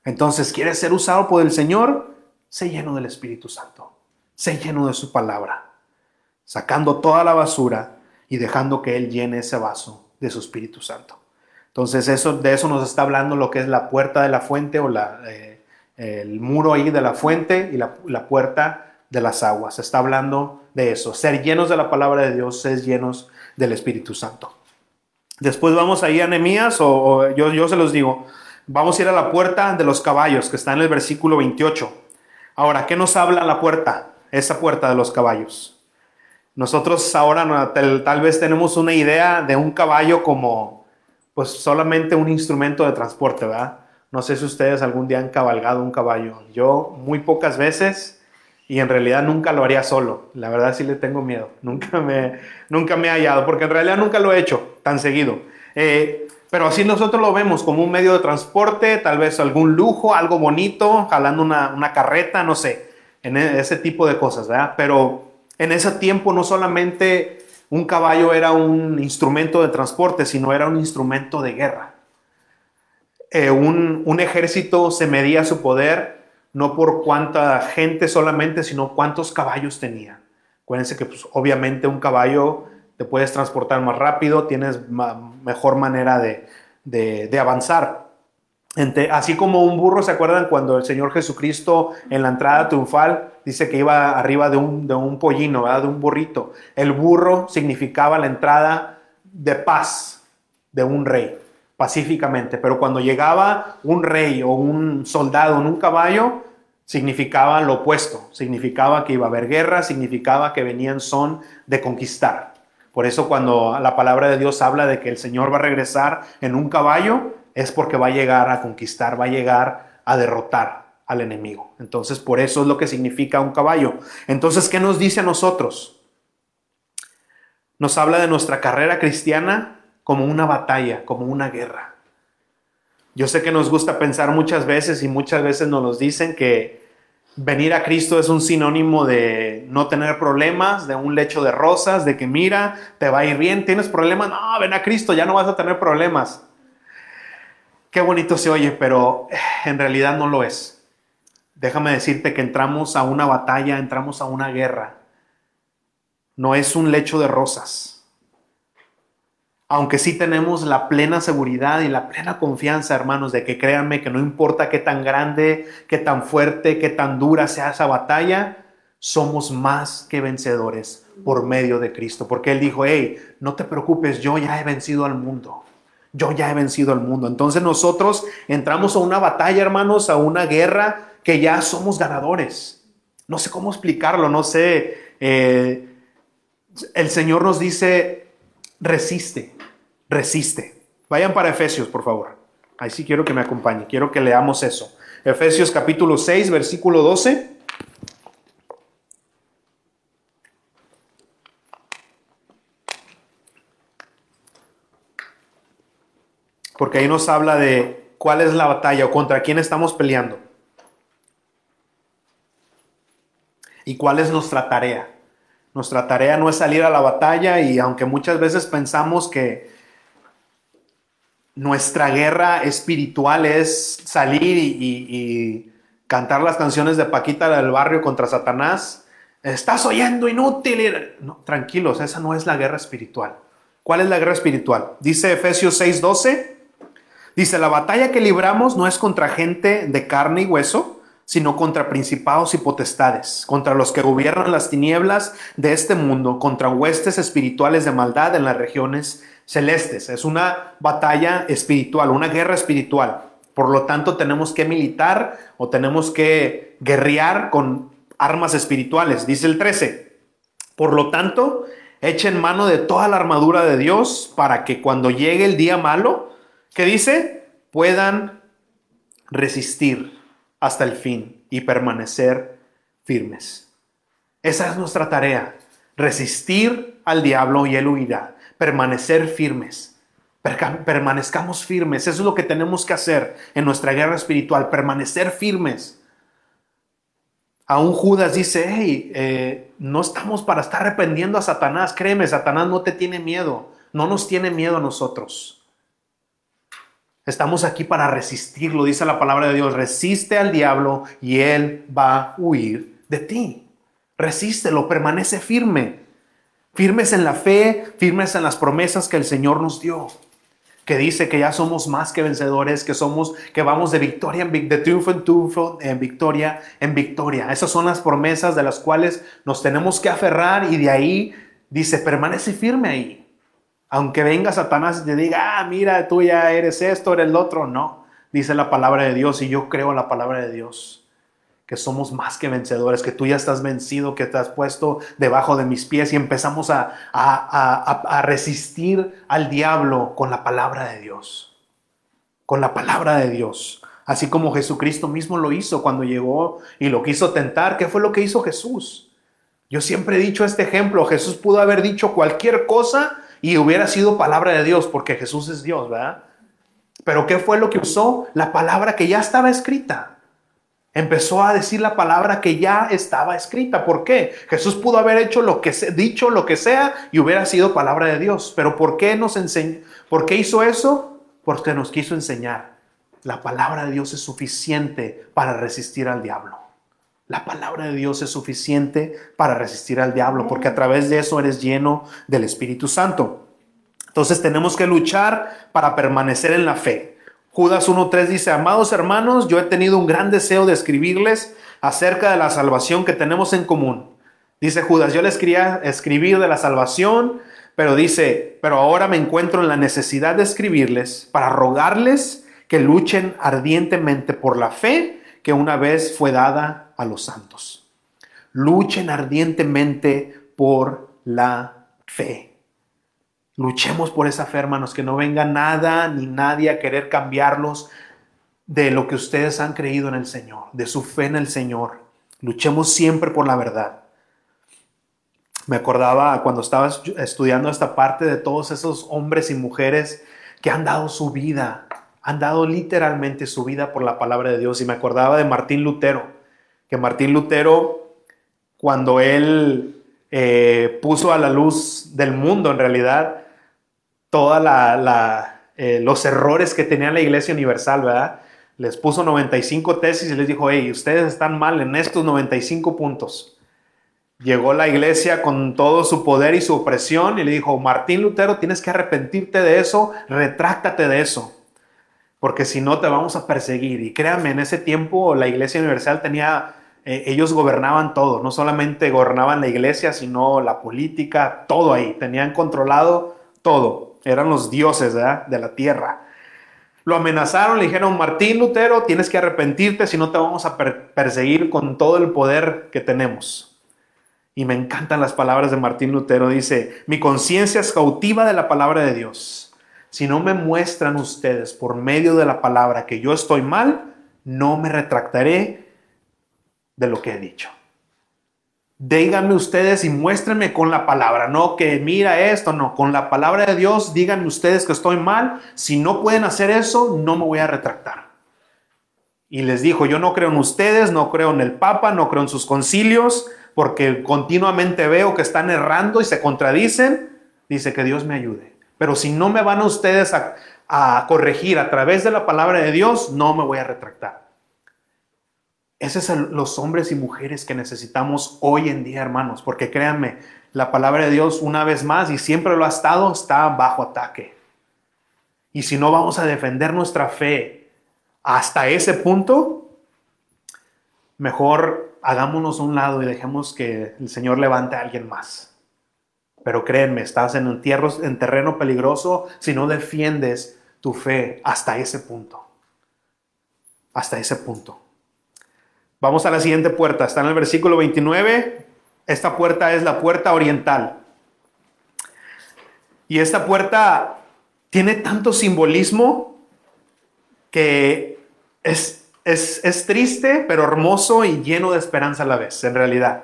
Entonces, ¿quieres ser usado por el Señor? Sé lleno del Espíritu Santo. Sé lleno de su palabra, sacando toda la basura y dejando que Él llene ese vaso de su Espíritu Santo. Entonces, eso, de eso nos está hablando lo que es la puerta de la fuente o la, eh, el muro ahí de la fuente y la, la puerta de las aguas. Está hablando de eso, ser llenos de la palabra de Dios, ser llenos del Espíritu Santo. Después vamos ahí a Nehemías, o, o yo, yo se los digo, vamos a ir a la puerta de los caballos, que está en el versículo veintiocho. Ahora, ¿qué nos habla la puerta? Esa puerta de los caballos. Nosotros ahora tal, tal vez tenemos una idea de un caballo como pues solamente un instrumento de transporte, ¿verdad? No sé si ustedes algún día han cabalgado un caballo. Yo muy pocas veces y en realidad nunca lo haría solo. La verdad sí le tengo miedo. Nunca me, nunca me he hallado porque en realidad nunca lo he hecho tan seguido. Eh, pero así nosotros lo vemos como un medio de transporte, tal vez algún lujo, algo bonito, jalando una, una carreta, no sé, en ese tipo de cosas, ¿verdad? Pero en ese tiempo no solamente un caballo era un instrumento de transporte, sino era un instrumento de guerra. Eh, un, un ejército se medía su poder no por cuánta gente solamente, sino cuántos caballos tenía. Acuérdense que pues, obviamente un caballo te puedes transportar más rápido, tienes ma- mejor manera de, de, de avanzar. Ente, así como un burro, ¿se acuerdan cuando el Señor Jesucristo en la entrada triunfal dice que iba arriba de un, de un pollino, ¿verdad? De un burrito? El burro significaba la entrada de paz de un rey, pacíficamente. Pero cuando llegaba un rey o un soldado en un caballo, significaba lo opuesto. Significaba que iba a haber guerra, significaba que venía en son de conquistar. Por eso cuando la palabra de Dios habla de que el Señor va a regresar en un caballo, es porque va a llegar a conquistar, va a llegar a derrotar al enemigo. Entonces, por eso es lo que significa un caballo. Entonces, ¿qué nos dice a nosotros? Nos habla de nuestra carrera cristiana como una batalla, como una guerra. Yo sé que nos gusta pensar muchas veces y muchas veces nos los dicen que venir a Cristo es un sinónimo de no tener problemas, de un lecho de rosas, de que mira, te va a ir bien, tienes problemas, no, ven a Cristo, ya no vas a tener problemas. Qué bonito se oye, pero en realidad no lo es. Déjame decirte que entramos a una batalla, entramos a una guerra. No es un lecho de rosas. Aunque sí tenemos la plena seguridad y la plena confianza, hermanos, de que créanme que no importa qué tan grande, qué tan fuerte, qué tan dura sea esa batalla, somos más que vencedores por medio de Cristo. Porque Él dijo, hey, no te preocupes, yo ya he vencido al mundo. Yo ya he vencido al mundo. Entonces nosotros entramos a una batalla, hermanos, a una guerra que ya somos ganadores. No sé cómo explicarlo, no sé. Eh, el Señor nos dice, resiste, resiste. Vayan para Efesios, por favor. Ahí sí quiero que me acompañen. Quiero que leamos eso. Efesios capítulo seis, versículo doce. Porque ahí nos habla de cuál es la batalla o contra quién estamos peleando. ¿Y cuál es nuestra tarea? Nuestra tarea no es salir a la batalla y aunque muchas veces pensamos que nuestra guerra espiritual es salir y, y, y cantar las canciones de Paquita del Barrio contra Satanás, estás oyendo inútil. No, tranquilos, esa no es la guerra espiritual. ¿Cuál es la guerra espiritual? Dice Efesios seis doce. Dice, la batalla que libramos no es contra gente de carne y hueso, sino contra principados y potestades, contra los que gobiernan las tinieblas de este mundo, contra huestes espirituales de maldad en las regiones celestes. Es una batalla espiritual, una guerra espiritual. Por lo tanto, tenemos que militar o tenemos que guerrear con armas espirituales. Dice el trece. Por lo tanto, echen mano de toda la armadura de Dios para que cuando llegue el día malo, ¿qué dice? Puedan resistir hasta el fin y permanecer firmes. Esa es nuestra tarea. Resistir al diablo y él huirá. Permanecer firmes. Permanezcamos firmes. Eso es lo que tenemos que hacer en nuestra guerra espiritual. Permanecer firmes. Aún Judas dice, hey, eh, no estamos para estar reprendiendo a Satanás. Créeme, Satanás no te tiene miedo. No nos tiene miedo a nosotros. Estamos aquí para resistirlo, dice la palabra de Dios. Resiste al diablo y él va a huir de ti. Resístelo, permanece firme. Firmes en la fe, firmes en las promesas que el Señor nos dio. Que dice que ya somos más que vencedores, que somos, que vamos de victoria en de triunfo en triunfo, en victoria en victoria. Esas son las promesas de las cuales nos tenemos que aferrar y de ahí dice, permanece firme ahí. Aunque venga Satanás y te diga, ah, mira, tú ya eres esto, eres el otro. No, dice la palabra de Dios y yo creo en la palabra de Dios. Que somos más que vencedores, que tú ya estás vencido, que te has puesto debajo de mis pies y empezamos a, a, a, a resistir al diablo con la palabra de Dios. Con la palabra de Dios. Así como Jesucristo mismo lo hizo cuando llegó y lo quiso tentar. ¿Qué fue lo que hizo Jesús? Yo siempre he dicho este ejemplo. Jesús pudo haber dicho cualquier cosa y hubiera sido palabra de Dios, porque Jesús es Dios, ¿verdad? Pero ¿qué fue lo que usó? La palabra que ya estaba escrita. Empezó a decir la palabra que ya estaba escrita. ¿Por qué? Jesús pudo haber hecho lo que se, dicho lo que sea y hubiera sido palabra de Dios. Pero ¿por qué nos enseñó? ¿Por qué hizo eso? Porque nos quiso enseñar. La palabra de Dios es suficiente para resistir al diablo. La palabra de Dios es suficiente para resistir al diablo, porque a través de eso eres lleno del Espíritu Santo. Entonces tenemos que luchar para permanecer en la fe. Judas uno tres dice, amados hermanos, yo he tenido un gran deseo de escribirles acerca de la salvación que tenemos en común. Dice Judas, yo les quería escribir de la salvación, pero dice, pero ahora me encuentro en la necesidad de escribirles para rogarles que luchen ardientemente por la fe que una vez fue dada a los santos. Luchen ardientemente por la fe. Luchemos por esa fe, hermanos, que no venga nada ni nadie a querer cambiarlos de lo que ustedes han creído en el Señor, de su fe en el Señor. Luchemos siempre por la verdad. Me acordaba cuando estaba estudiando esta parte de todos esos hombres y mujeres que han dado su vida, han dado literalmente su vida por la palabra de Dios. Y me acordaba de Martín Lutero, que Martín Lutero, cuando él eh, puso a la luz del mundo, en realidad, todos la, la, eh, los errores que tenía la Iglesia Universal, ¿verdad? Les puso noventa y cinco tesis y les dijo, hey, ustedes están mal en estos noventa y cinco puntos. Llegó la iglesia con todo su poder y su opresión y le dijo, Martín Lutero, tienes que arrepentirte de eso, retráctate de eso, porque si no te vamos a perseguir. Y créanme, en ese tiempo la Iglesia Universal tenía, eh, ellos gobernaban todo, no solamente gobernaban la iglesia, sino la política, todo ahí, tenían controlado todo, eran los dioses, ¿verdad?, de la tierra. Lo amenazaron, le dijeron, Martín Lutero, tienes que arrepentirte, si no te vamos a per- perseguir con todo el poder que tenemos. Y me encantan las palabras de Martín Lutero. Dice, mi conciencia es cautiva de la palabra de Dios. Si no me muestran ustedes por medio de la palabra que yo estoy mal, no me retractaré de lo que he dicho. Díganme ustedes y muéstrenme con la palabra, no que mira esto, no, con la palabra de Dios, díganme ustedes que estoy mal. Si no pueden hacer eso, no me voy a retractar. Y les dijo, yo no creo en ustedes, no creo en el Papa, no creo en sus concilios, porque continuamente veo que están errando y se contradicen. Dice, que Dios me ayude. Pero si no me van a ustedes a, a corregir a través de la palabra de Dios, no me voy a retractar. Esos son los hombres y mujeres que necesitamos hoy en día, hermanos, porque créanme, la palabra de Dios, una vez más, y siempre lo ha estado, está bajo ataque. Y si no vamos a defender nuestra fe hasta ese punto, mejor hagámonos a un lado y dejemos que el Señor levante a alguien más. Pero créanme, estás en un tierro, en terreno peligroso si no defiendes tu fe hasta ese punto. Hasta ese punto. Vamos a la siguiente puerta. Está en el versículo veintinueve. Esta puerta es la puerta oriental. Y esta puerta tiene tanto simbolismo que es, es, es triste, pero hermoso y lleno de esperanza a la vez, en realidad.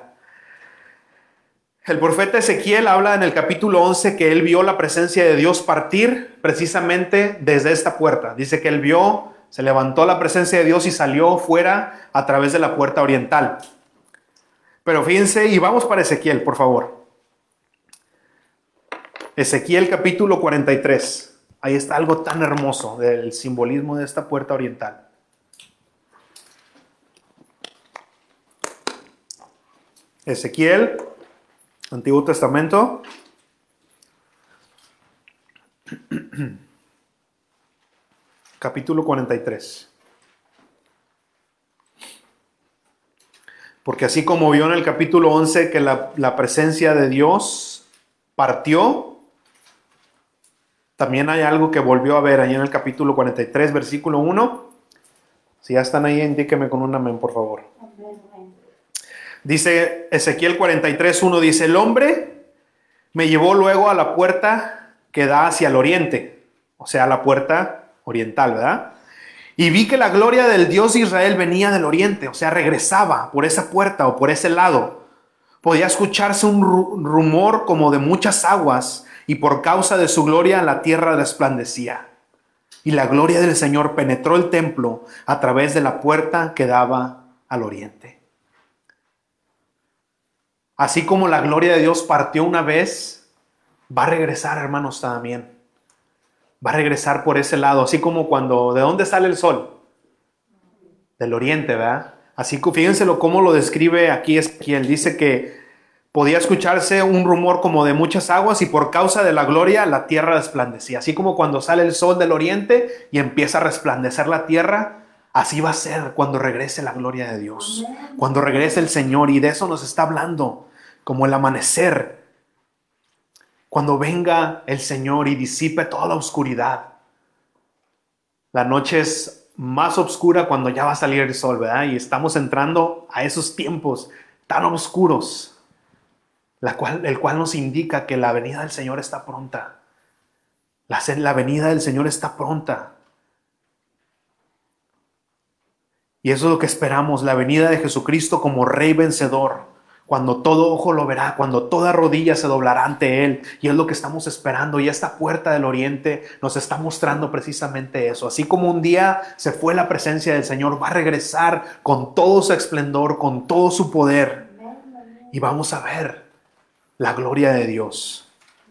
El profeta Ezequiel habla en el capítulo once que él vio la presencia de Dios partir precisamente desde esta puerta. Dice que él vio, se levantó la presencia de Dios y salió fuera a través de la puerta oriental. Pero fíjense, y vamos para Ezequiel, por favor. Ezequiel capítulo cuarenta y tres. Ahí está algo tan hermoso del simbolismo de esta puerta oriental. Ezequiel, Antiguo Testamento. Capítulo cuarenta y tres. Porque así como vio en el capítulo once que la, la presencia de Dios partió, también hay algo que volvió a ver ahí en el capítulo cuarenta y tres, versículo uno. Si ya están ahí, indíqueme con un amén, por favor. Dice Ezequiel cuarenta y tres, uno, dice: el hombre me llevó luego a la puerta que da hacia el oriente, o sea, la puerta oriental, ¿verdad? Y vi que la gloria del Dios de Israel venía del oriente, o sea, regresaba por esa puerta o por ese lado. Podía escucharse un rumor como de muchas aguas, y por causa de su gloria la tierra resplandecía. Y la gloria del Señor penetró el templo a través de la puerta que daba al oriente. Así como la gloria de Dios partió una vez, va a regresar, hermanos, también. Va a regresar por ese lado, así como cuando, ¿de dónde sale el sol? Del oriente, ¿verdad? Así que fíjense cómo lo describe aquí Ezequiel. Dice que podía escucharse un rumor como de muchas aguas, y por causa de la gloria la tierra resplandecía. Así como cuando sale el sol del oriente y empieza a resplandecer la tierra, así va a ser cuando regrese la gloria de Dios. Cuando regrese el Señor, y de eso nos está hablando, como el amanecer. Cuando venga el Señor y disipe toda la oscuridad. La noche es más oscura cuando ya va a salir el sol, ¿verdad? Y estamos entrando a esos tiempos tan oscuros, la cual, el cual nos indica que la venida del Señor está pronta. La, la venida del Señor está pronta. Y eso es lo que esperamos, la venida de Jesucristo como Rey vencedor. Cuando todo ojo lo verá, cuando toda rodilla se doblará ante Él. Y es lo que estamos esperando. Y esta puerta del oriente nos está mostrando precisamente eso. Así como un día se fue la presencia del Señor, va a regresar con todo su esplendor, con todo su poder. Y vamos a ver la gloria de Dios.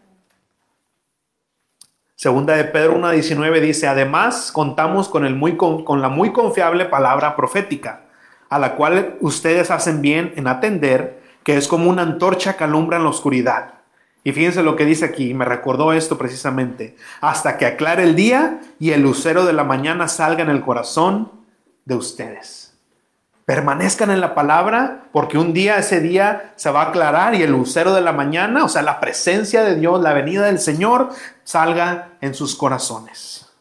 Segunda de Pedro uno diecinueve dice: además contamos con, el muy, con, con la muy confiable palabra profética, a la cual ustedes hacen bien en atender, que es como una antorcha que alumbra en la oscuridad. Y fíjense lo que dice aquí, me recordó esto precisamente: hasta que aclare el día y el lucero de la mañana salga en el corazón de ustedes. Permanezcan en la palabra, porque un día, ese día se va a aclarar, y el lucero de la mañana, o sea, la presencia de Dios, la venida del Señor, salga en sus corazones.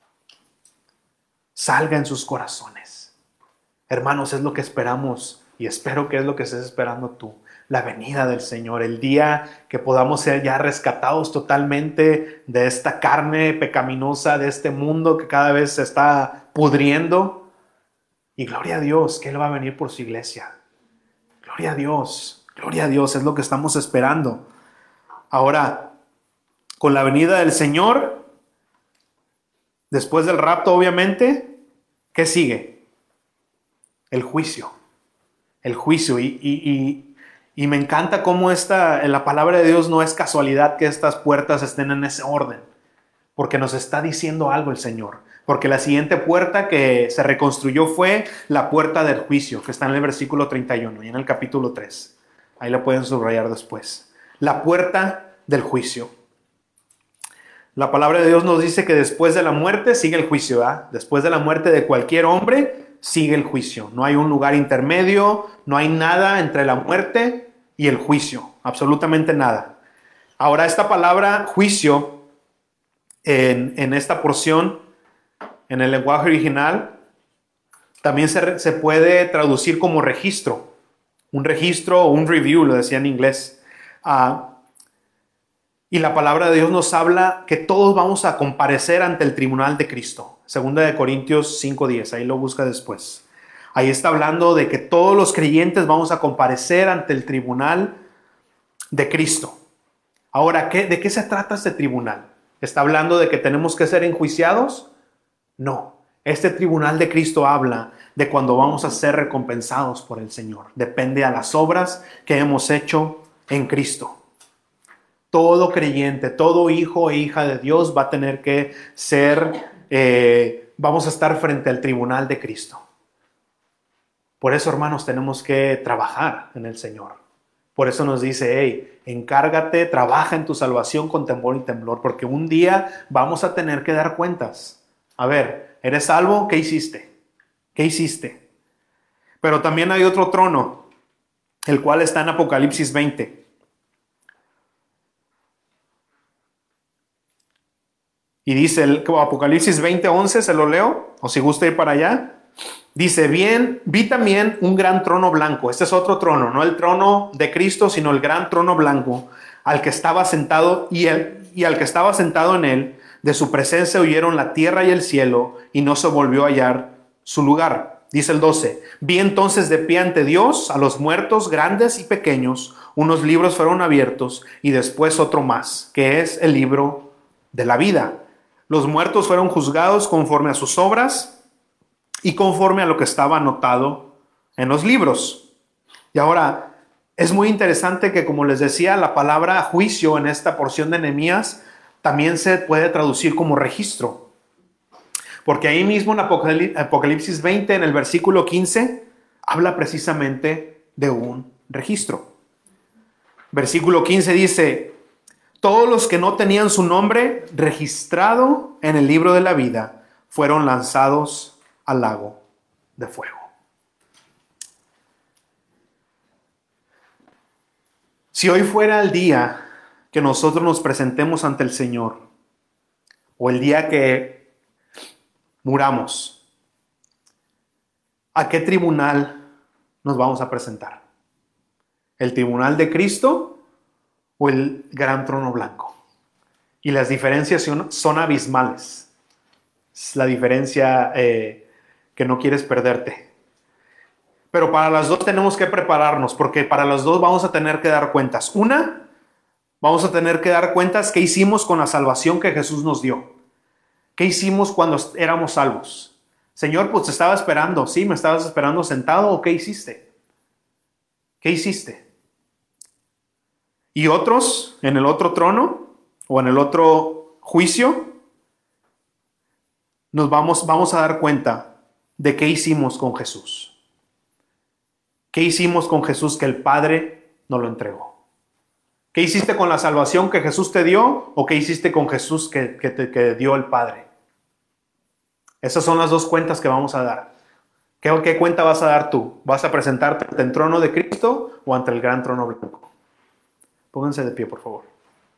Salga en sus corazones. Hermanos, es lo que esperamos, y espero que es lo que estés esperando tú. La venida del Señor, el día que podamos ser ya rescatados totalmente de esta carne pecaminosa, de este mundo que cada vez se está pudriendo. Y gloria a Dios que Él va a venir por su iglesia. Gloria a Dios, gloria a Dios, es lo que estamos esperando. Ahora, con la venida del Señor, después del rapto obviamente, ¿qué sigue? El juicio. El juicio. Y, y, y, y me encanta cómo esta, en la palabra de Dios no es casualidad que estas puertas estén en ese orden. Porque nos está diciendo algo el Señor. Porque la siguiente puerta que se reconstruyó fue la puerta del juicio, que está en el versículo treinta y uno y en el capítulo tres. Ahí la pueden subrayar después. La puerta del juicio. La palabra de Dios nos dice que después de la muerte sigue el juicio, ¿verdad? Después de la muerte de cualquier hombre sigue el juicio. No hay un lugar intermedio, no hay nada entre la muerte y el juicio. Absolutamente nada. Ahora, esta palabra juicio en, en esta porción, en el lenguaje original, también se, se puede traducir como registro. Un registro o un review, lo decía en inglés. Uh, y la palabra de Dios nos habla que todos vamos a comparecer ante el tribunal de Cristo. Segunda de Corintios cinco diez, ahí lo busca después. Ahí está hablando de que todos los creyentes vamos a comparecer ante el tribunal de Cristo. Ahora, ¿qué, ¿de qué se trata este tribunal? ¿Está hablando de que tenemos que ser enjuiciados? No, este tribunal de Cristo habla de cuando vamos a ser recompensados por el Señor. Depende a las obras que hemos hecho en Cristo. todo creyente, todo hijo e hija de Dios va a tener que ser, eh, vamos a estar frente al tribunal de Cristo. Por eso, hermanos, tenemos que trabajar en el Señor. Por eso nos dice, hey, encárgate, trabaja en tu salvación con temor y temblor, porque un día vamos a tener que dar cuentas. A ver, ¿eres salvo? ¿Qué hiciste? ¿Qué hiciste? Pero también hay otro trono, el cual está en Apocalipsis veinte. Y dice el Apocalipsis veinte, once, se lo leo, o si gusta ir para allá. Dice, bien, vi también un gran trono blanco. Este es otro trono, no el trono de Cristo, sino el gran trono blanco, al que estaba sentado y, el, y al que estaba sentado en él. De su presencia huyeron la tierra y el cielo, y no se volvió a hallar su lugar. Dice el doce, vi entonces de pie ante Dios a los muertos, grandes y pequeños. Unos libros fueron abiertos, y después otro más, que es el libro de la vida. Los muertos fueron juzgados conforme a sus obras y conforme a lo que estaba anotado en los libros. Y ahora, es muy interesante que, como les decía, la palabra juicio en esta porción de Nehemías también se puede traducir como registro. Porque ahí mismo en Apocalipsis veinte, en el versículo quince, habla precisamente de un registro. Versículo quince dice, todos los que no tenían su nombre registrado en el libro de la vida fueron lanzados al lago de fuego. Si hoy fuera el día que nosotros nos presentemos ante el Señor, o el día que muramos, ¿a qué tribunal nos vamos a presentar? ¿El tribunal de Cristo o el gran trono blanco? Y las diferencias son, son abismales. Es la diferencia eh, que no quieres perderte. Pero para las dos tenemos que prepararnos, porque para las dos vamos a tener que dar cuentas. Una, vamos a tener que dar cuentas qué hicimos con la salvación que Jesús nos dio. ¿Qué hicimos cuando éramos salvos? Señor, pues te estaba esperando. ¿Sí? ¿Me estabas esperando sentado o qué hiciste? ¿Qué hiciste? Y otros, en el otro trono o en el otro juicio, nos vamos, vamos a dar cuenta de qué hicimos con Jesús. ¿Qué hicimos con Jesús que el Padre nos lo entregó? ¿Qué hiciste con la salvación que Jesús te dio o qué hiciste con Jesús que, que te que dio el Padre? Esas son las dos cuentas que vamos a dar. ¿Qué, qué cuenta vas a dar tú? ¿Vas a presentarte ante el trono de Cristo o ante el gran trono blanco? Pónganse de pie, por favor.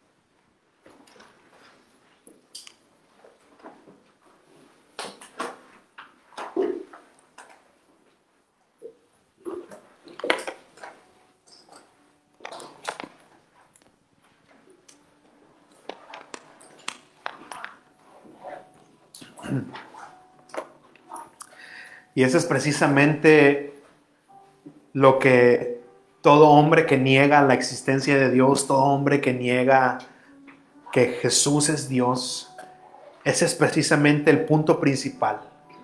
Y eso es precisamente lo que todo hombre que niega la existencia de Dios, todo hombre que niega que Jesús es Dios, ese es precisamente el punto principal.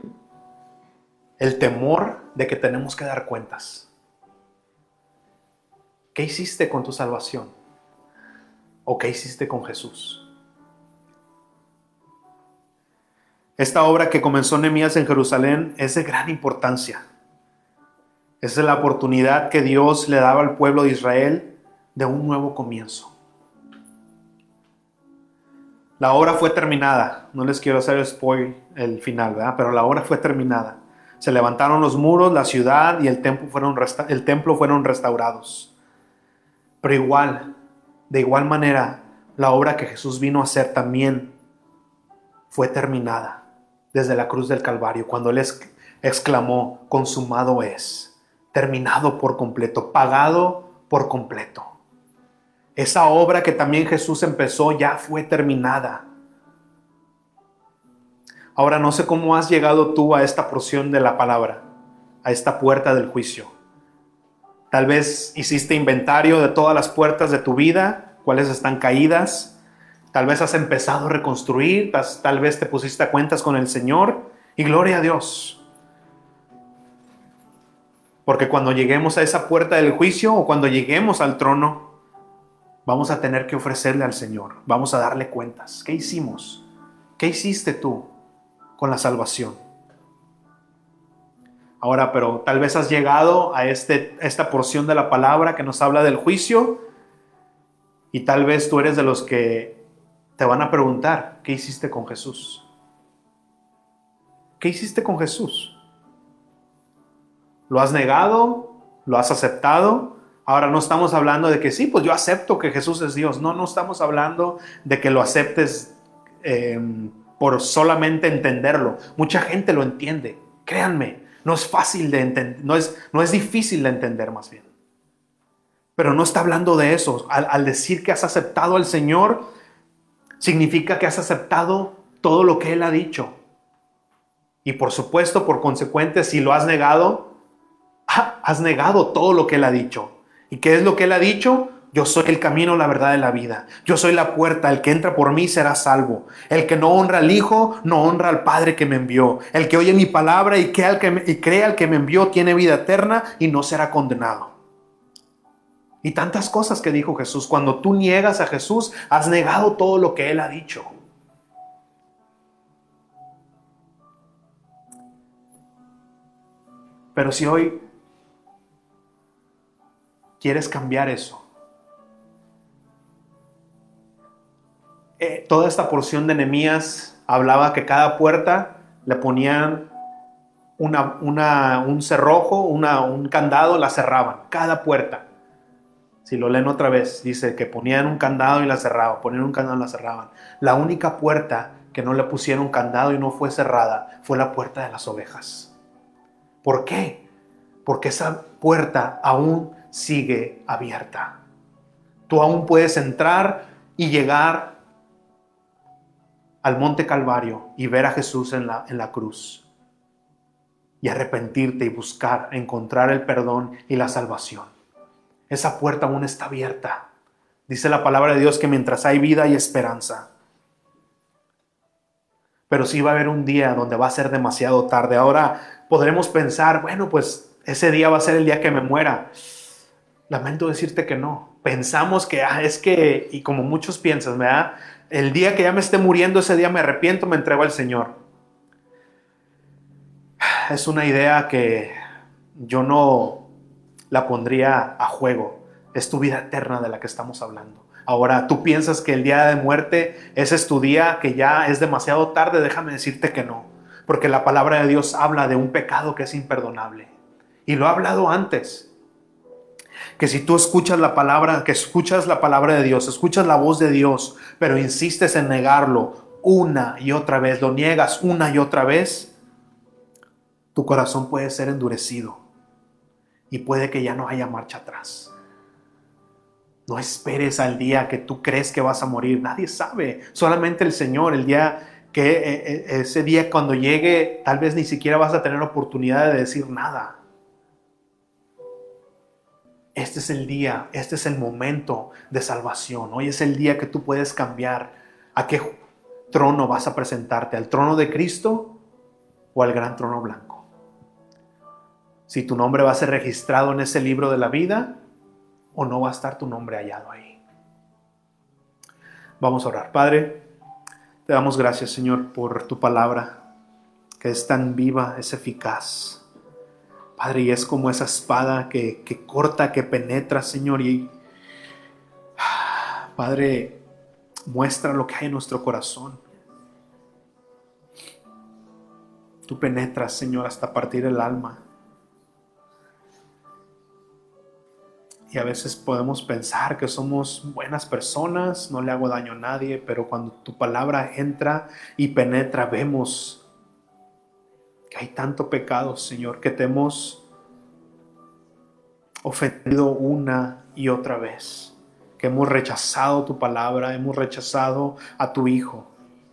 El temor de que tenemos que dar cuentas. ¿Qué hiciste con tu salvación? ¿O qué hiciste con Jesús? Esta obra que comenzó Nehemías en Jerusalén es de gran importancia. Esa es la oportunidad que Dios le daba al pueblo de Israel de un nuevo comienzo. La obra fue terminada. No les quiero hacer spoil el final, ¿verdad? Pero la obra fue terminada. Se levantaron los muros, la ciudad y el templo fueron, resta- el templo fueron restaurados. Pero igual, de igual manera, la obra que Jesús vino a hacer también fue terminada desde la cruz del Calvario, cuando Él exclamó, consumado es, terminado por completo, pagado por completo. Esa obra que también Jesús empezó ya fue terminada. Ahora no sé cómo has llegado tú a esta porción de la palabra, a esta puerta del juicio. Tal vez hiciste inventario de todas las puertas de tu vida, cuáles están caídas. Tal vez has empezado a reconstruir, tal vez te pusiste a cuentas con el Señor y gloria a Dios. Porque cuando lleguemos a esa puerta del juicio o cuando lleguemos al trono, Vamos a tener que ofrecerle al Señor. Vamos a darle cuentas. ¿Qué hicimos? ¿Qué hiciste tú con la salvación? Ahora, pero tal vez has llegado a este, esta porción de la palabra que nos habla del juicio y tal vez tú eres de los que te van a preguntar, ¿qué hiciste con Jesús? ¿Qué hiciste con Jesús? ¿Lo has negado? ¿Lo has aceptado? Ahora no estamos hablando de que sí, pues yo acepto que Jesús es Dios. No, no estamos hablando de que lo aceptes eh, por solamente entenderlo. Mucha gente lo entiende, créanme. No es fácil de entender, no es, no es difícil de entender más bien. Pero no está hablando de eso. Al, al decir que has aceptado al Señor, significa que has aceptado todo lo que Él ha dicho. Y por supuesto, por consecuente, si lo has negado, has negado todo lo que Él ha dicho. ¿Y qué es lo que Él ha dicho? Yo soy el camino, la verdad y la vida. Yo soy la puerta. El que entra por mí será salvo. El que no honra al Hijo, no honra al Padre que me envió. El que oye mi palabra y, que al que me, y cree al que me envió tiene vida eterna y no será condenado. Y tantas cosas que dijo Jesús. Cuando tú niegas a Jesús, has negado todo lo que Él ha dicho. Pero si hoy quieres cambiar eso, eh, toda esta porción de Nehemías hablaba que cada puerta le ponían una, una, un cerrojo, una, un candado, la cerraban, cada puerta. Si lo leen otra vez, dice que ponían un candado y la cerraban, ponían un candado y la cerraban. La única puerta que no le pusieron candado y no fue cerrada fue la puerta de las ovejas. ¿Por qué? Porque esa puerta aún sigue abierta. Tú aún puedes entrar y llegar al Monte Calvario y ver a Jesús en la, en la cruz y arrepentirte y buscar, encontrar el perdón y la salvación. Esa puerta aún está abierta. Dice la palabra de Dios que mientras hay vida hay esperanza. Pero sí va a haber un día donde va a ser demasiado tarde. Ahora podremos pensar, bueno, pues ese día va a ser el día que me muera. Lamento decirte que no. Pensamos que ah, es que, y como muchos piensan, ¿verdad? El día que ya me esté muriendo, ese día me arrepiento, me entrego al Señor. Es una idea que yo no la pondría a juego. Es tu vida eterna de la que estamos hablando. Ahora, tú piensas que el día de muerte, ese es tu día, que ya es demasiado tarde. Déjame decirte que no. Porque la palabra de Dios habla de un pecado que es imperdonable. Y lo ha hablado antes. Que si tú escuchas la palabra, que escuchas la palabra de Dios, escuchas la voz de Dios, pero insistes en negarlo una y otra vez, lo niegas una y otra vez, tu corazón puede ser endurecido y puede que ya no haya marcha atrás. No esperes al día que tú crees que vas a morir. Nadie sabe, solamente el Señor. El día que ese día cuando llegue, tal vez ni siquiera vas a tener oportunidad de decir nada. Este es el día, este es el momento de salvación. Hoy es el día que tú puedes cambiar. ¿A qué trono vas a presentarte? ¿Al trono de Cristo o al gran trono blanco? Si tu nombre va a ser registrado en ese libro de la vida o no va a estar tu nombre hallado ahí. Vamos a orar. Padre, te damos gracias, Señor, por tu palabra, que es tan viva, es eficaz. Padre, y es como esa espada que, que corta, que penetra, Señor. Y Padre, muestra lo que hay en nuestro corazón. Tú penetras, Señor, hasta partir el alma. Y a veces podemos pensar que somos buenas personas, no le hago daño a nadie, pero cuando tu palabra entra y penetra, vemos que hay tanto pecado, Señor, que te hemos ofendido una y otra vez, que hemos rechazado tu palabra, hemos rechazado a tu Hijo.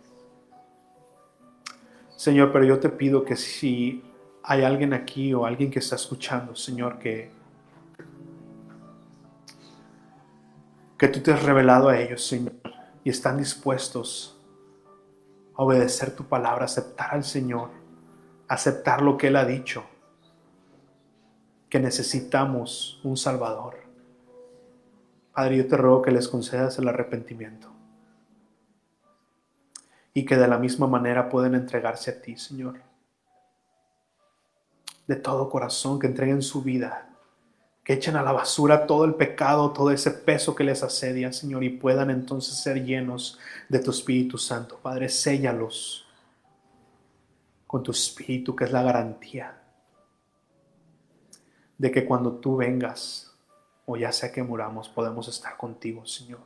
Señor, pero yo te pido que si hay alguien aquí o alguien que está escuchando, Señor, que, que tú te has revelado a ellos, Señor, y están dispuestos a obedecer tu palabra, aceptar al Señor, aceptar lo que Él ha dicho, que necesitamos un Salvador. Padre, yo te ruego que les concedas el arrepentimiento y que de la misma manera puedan entregarse a ti, Señor. De todo corazón, que entreguen su vida, que echen a la basura todo el pecado, todo ese peso que les asedia, Señor, y puedan entonces ser llenos de tu Espíritu Santo. Padre, séllalos con tu Espíritu, que es la garantía de que cuando tú vengas, o ya sea que muramos, podemos estar contigo, Señor.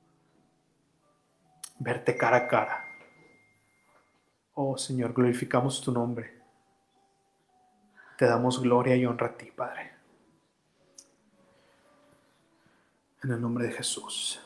Verte cara a cara. Oh, Señor, glorificamos tu nombre. Te damos gloria y honra a ti, Padre. En el nombre de Jesús.